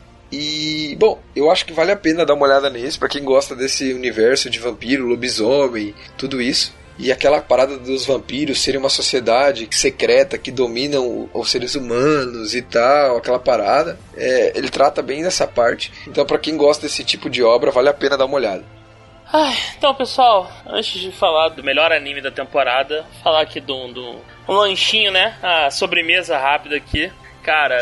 E, bom, eu acho que vale a pena dar uma olhada nesse, pra quem gosta desse universo de vampiro, lobisomem, tudo isso. E aquela parada dos vampiros serem uma sociedade secreta que dominam os seres humanos e tal, aquela parada, é, ele trata bem dessa parte. Então, pra quem gosta desse tipo de obra, vale a pena dar uma olhada. Ai, então, pessoal, antes de falar do melhor anime da temporada, falar aqui do, do um lanchinho, né? A sobremesa rápida aqui. Cara,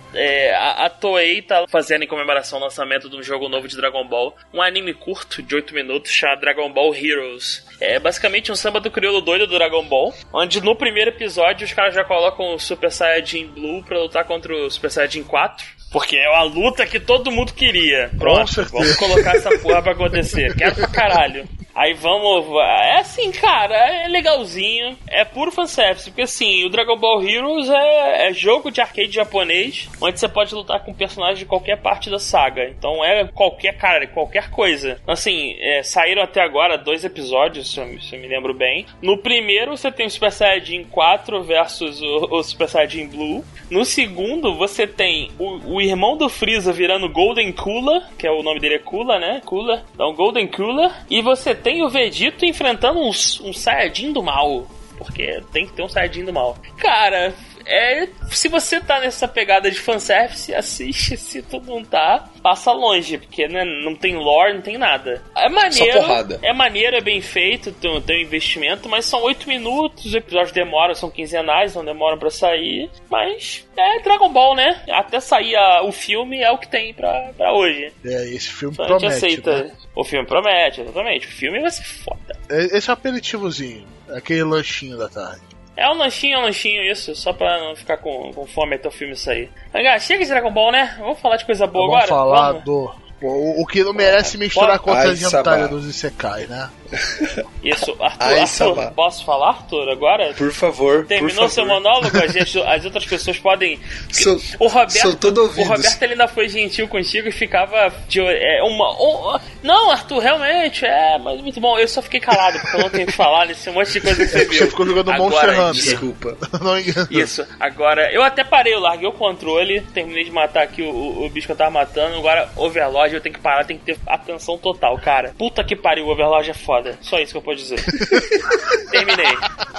é, a, a Toei tá fazendo em comemoração ao lançamento de um jogo novo de Dragon Ball um anime curto de oito minutos chamado Dragon Ball Heroes. É basicamente um samba do crioulo doido do Dragon Ball, onde no primeiro episódio os caras já colocam o Super Saiyajin Blue pra lutar contra o Super Saiyajin quatro. Porque é a luta que todo mundo queria. Pronto, vamos colocar essa porra pra acontecer. Quero pra caralho. Aí vamos... É assim, cara, é legalzinho. É puro fanservice. Porque assim, o Dragon Ball Heroes é, é jogo de arcade japonês, onde você pode lutar com personagens de qualquer parte da saga. Então é qualquer cara, qualquer coisa. Assim, é, saíram até agora dois episódios, se eu, se eu me lembro bem. No primeiro você tem o Super Saiyajin quatro versus o, o Super Saiyajin Blue. No segundo você tem o, o irmão do Freeza virando Golden Cooler, que é o nome dele é Cooler, né? Cooler. Então Golden Cooler. E você tem o Vegito enfrentando um, um Saiyajin do mal. Porque tem que ter um Saiyajin do mal. Cara, é, se você tá nessa pegada de fanservice, assiste. Se tu não tá, passa longe. Porque né, não tem lore, não tem nada. É maneiro. Só porrada. É maneiro, é bem feito, tem, tem um investimento, mas são oito minutos, os episódios demoram, são quinzenais, não demoram pra sair. Mas é Dragon Ball, né? Até sair a, o filme é o que tem pra, pra hoje. É, esse filme então, promete, a gente aceita. né? O filme promete, exatamente. O filme vai ser foda. Esse é o aperitivozinho, aquele lanchinho da tarde. É um lanchinho, é um lanchinho, isso, só pra não ficar com, com fome até o filme sair. Mas, chega de Dragon Ball, né? Vamos falar de coisa boa Vamos agora? Falar Vamos do... O, o que não merece misturar com Ai, a jantada Sabá. dos Isekai, né? Isso, Arthur, Ai, Arthur Sabá. posso falar, Arthur, agora? Por favor, Terminou por seu favor. monólogo? As, as outras pessoas podem... Sou, o Roberto, sou todo ouvidos. O Roberto ele ainda foi gentil contigo e ficava de é, uma... Um, não, Arthur, realmente, é, mas muito bom. Eu só fiquei calado, porque eu não tenho que falar nesse monte de coisa que você viu. Você ficou jogando Monster Agora, Hunter. Desculpa. Não engano. Isso, agora, eu até parei, eu larguei o controle, terminei de matar aqui o, o, o bicho que eu tava matando, agora Overlord eu tenho que parar, tem que ter atenção total, cara. Puta que pariu, o Overlord é foda. Só isso que eu posso dizer. Terminei.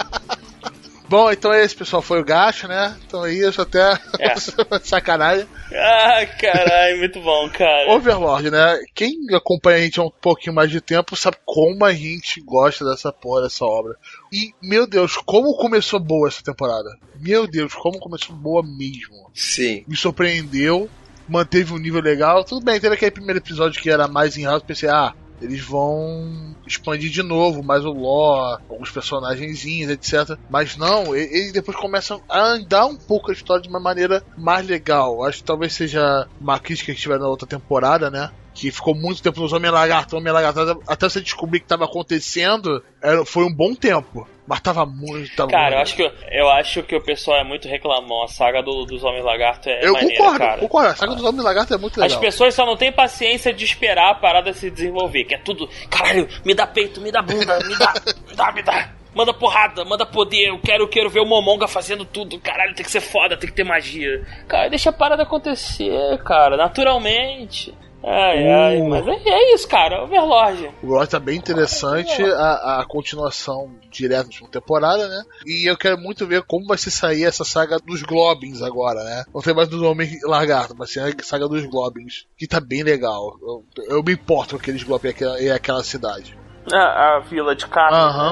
Bom, então é esse, pessoal. Foi o Gacha, né? Então é isso, até É. sacanagem. Ah, caralho, muito bom, cara. Overlord, né? Quem acompanha a gente há um pouquinho mais de tempo sabe como a gente gosta dessa porra, dessa obra. E, meu Deus, como começou boa essa temporada. Meu Deus, como começou boa mesmo. Sim. Me surpreendeu, manteve um nível legal. Tudo bem, teve aquele primeiro episódio que era mais em house, pensei, ah, eles vão expandir de novo mais o lore, alguns personagenzinhos, etcétera. Mas não, eles depois começam a andar um pouco a história de uma maneira mais legal. Acho que talvez seja uma crítica que tiver na outra temporada, né? Que ficou muito tempo nos Homem-Lagarto, Homem-Lagarto, até você descobrir o que estava acontecendo, era, foi um bom tempo. Mas tava muito... Tava Cara, eu muito acho, que, eu acho que o pessoal é muito reclamão. A saga do, dos Homens-Lagarto é eu maneira, concordo, cara. concordo. A saga dos Homem-Lagarto é muito legal. As pessoas só não têm paciência de esperar a parada se desenvolver. Que é tudo, caralho, me dá peito, me dá bunda, me dá, me dá, me dá. Manda porrada, manda poder, eu quero, eu quero ver o Momonga fazendo tudo. Caralho, tem que ser foda, tem que ter magia. Cara, deixa a parada acontecer, cara, naturalmente. Ai, ai, Uh. mas é, é isso, cara, Overlord. O Overlord tá bem interessante, a, a continuação direta da última temporada, né? E eu quero muito ver como vai se sair essa saga dos Globins agora, né? Não tem mais dos Homem-Lagarto, mas sim a saga dos Globins, que tá bem legal. Eu, eu me importo com aqueles Globins e aquela cidade. A, a vila de carne. Aham.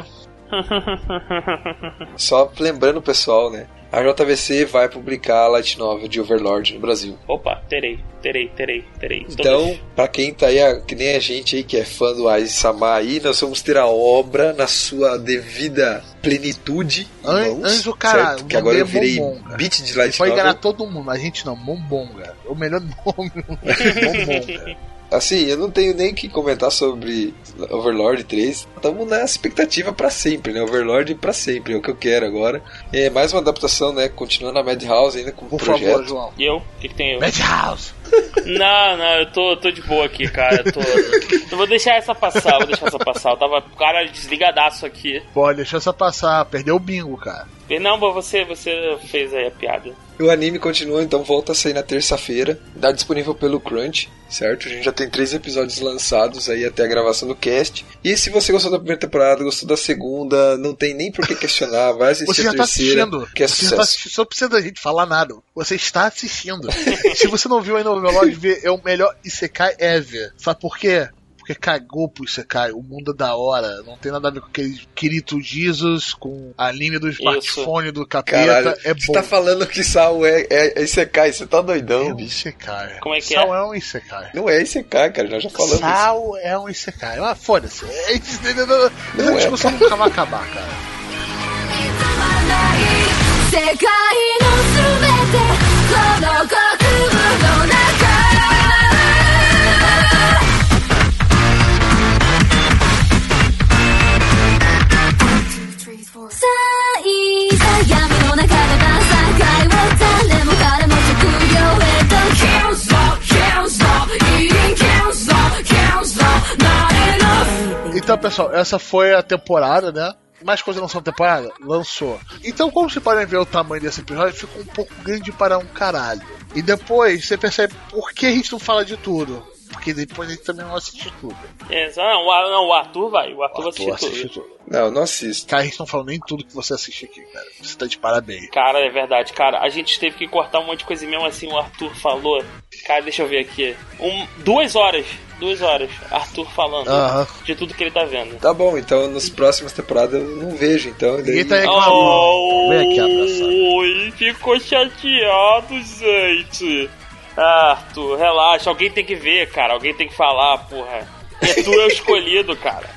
Só lembrando, pessoal, né? A J V C vai publicar a Light Novel de Overlord no Brasil. Opa, terei, terei, terei, terei. Então, pra quem tá aí, que nem a gente aí, que é fã do Aiz-sama aí, nós vamos ter a obra na sua devida plenitude. An- Anjo, caralho, certo? Que agora eu virei Momonga. beat de Light Pode Novel. enganar todo mundo, mas a gente não, Momonga. O melhor nome, Momonga. Assim, eu não tenho nem o que comentar sobre Overlord três. Estamos na expectativa pra sempre, né? Overlord pra sempre, é o que eu quero agora. É mais uma adaptação, né? Continuando a Madhouse ainda com o Por projeto. favor, João. E eu? O que, que tem eu? Madhouse! Não, não, eu tô, tô de boa aqui, cara. Eu, tô... eu vou deixar essa passar, vou deixar essa passar. Eu tava, cara, desligadaço aqui. Pode deixar essa passar, perdeu o bingo, cara. Não, você, você fez aí a piada. O anime continua, então volta a sair na terça-feira. Tá disponível pelo Crunch, certo? A gente já tem três episódios lançados aí até a gravação do cast. E se você gostou da primeira temporada, gostou da segunda, não tem nem por que questionar. Vai assistir você já a terceira, tá assistindo. que é você sucesso. já tá assistindo. Só precisa da gente falar nada. Você está assistindo. Se você não viu ainda o Overlord, vê, é o melhor Isekai ever. Sabe por quê? Porque cagou pro Isekai, o mundo é da hora. Não tem nada a ver com aquele Kirito Jesus, com a linha do smartphone do capeta. Caralho, é bom. Você tá falando que Sal é, é, é Isekai, você tá doidão, é um bicho. Isekai. Como é que Sal é? é um Isekai. Não é Isekai, cara, nós já falamos Sal é um Isekai. Ah, foda-se. É, isso, não, não, Não essa é, discussão nunca vai acabar, cara. Então, pessoal, essa foi a temporada, né? Mais coisa lançou na temporada? Lançou. Então, como vocês podem ver o tamanho desse episódio, ficou um pouco grande para um caralho. E depois você percebe por que a gente não fala de tudo. Porque depois a gente também não assiste tudo. Exato, não, o- não, o Arthur vai, o Arthur, O vai Arthur assistir assiste tudo. tudo. Não, não assisto. Cara, a gente não falou nem tudo que você assiste aqui, cara. Você tá de parabéns. Cara, é verdade, cara. A gente teve que cortar um monte de coisa e mesmo assim o Arthur falou. Cara, deixa eu ver aqui. Um, duas horas. Duas horas. Arthur falando Aham. de tudo que ele tá vendo. Tá bom, então nas próximas temporadas eu não vejo, então. Daí... Ninguém tá reclamando. Vem aqui abraçar. Oi, ficou chateado, gente. Ah, Arthur, relaxa. Alguém tem que ver, cara. Alguém tem que falar, porra. E tu é o escolhido, cara.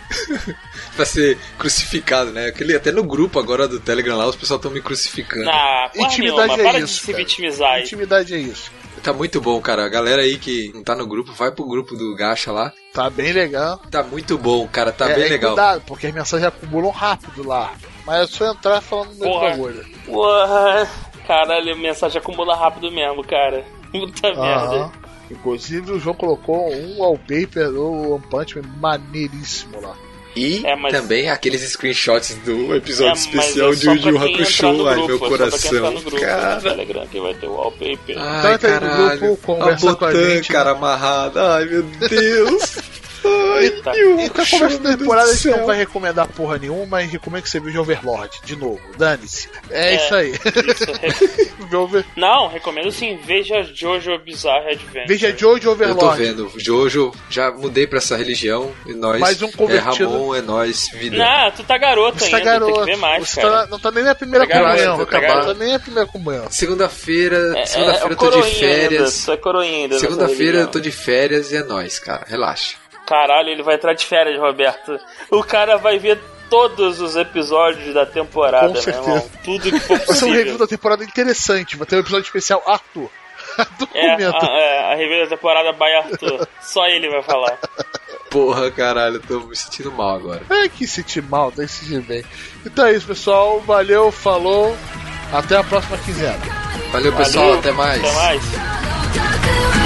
Pra ser crucificado, né? Aquele, até no grupo agora do Telegram lá, os pessoal estão me crucificando. Ah, porra Intimidade nenhuma. é Para isso, de se cara. vitimizar aí. Intimidade é isso. Tá muito bom, cara. A galera aí que não tá no grupo, vai pro grupo do Gacha lá. Tá bem legal. Tá muito bom, cara. Tá é, bem é legal. Cuidado, porque as mensagens acumulam rápido lá. Mas é só entrar falando no meu Porra. bagulho. Porra. Caralho, a mensagem acumula rápido mesmo, cara. Puta merda. Aham. Inclusive o João colocou um wallpaper do One Punch Man maneiríssimo lá. E É, mas- também aqueles screenshots do episódio É, mas especial é de só Yu pra Yu quem entrar Hakusho. no Ai, grupo, meu é só pra quem entrar coração. no grupo do Cara. Telegram que vai ter o wallpaper. Ai, Então entra aí no caralho. grupo, conversa a com a botã, gente, cara, né? amarrada. Ai, meu Deus. Ai, Eita. Yu Então a Hakusho, conversa da meu temporada a Deus do gente não céu. vai recomendar porra nenhuma, mas recomendo que você veja Overlord de novo. Dane-se. É, É. isso aí. Isso. Vê Over- Não, recomendo sim. Veja Jojo Bizarre Adventure. Veja Jojo Eu tô Overlord. vendo, Jojo, já mudei pra essa religião e nós. Mais um é convertido. Ramon, é nós, vida. Não, tu tá garoto Você tá ainda, garoto. tem que ver mais, Você cara. tá- não tá nem na primeira Tá garoto, comunhão. tá Não garoto. tá nem na primeira comunhão. Segunda-feira, É, segunda-feira é, eu tô de coroinha férias. Ainda, tu é coroinha ainda nessa Segunda-feira eu religião. tô de férias e é nóis, cara. Relaxa. Caralho, ele vai entrar de férias, Roberto. O cara vai ver todos os episódios da temporada, Com meu certeza. irmão. Tudo que for Vai ser um review possível. da temporada interessante. Vai ter um episódio especial Arthur. Arthur É, comenta. a, é, a review da temporada by Arthur. Só ele vai falar. Porra, caralho, eu tô me sentindo mal agora. É que sentir mal, tem que sentir bem. Então é isso, pessoal. Valeu, falou. Até a próxima quinzena. Valeu, pessoal, Valeu, até mais. Até mais.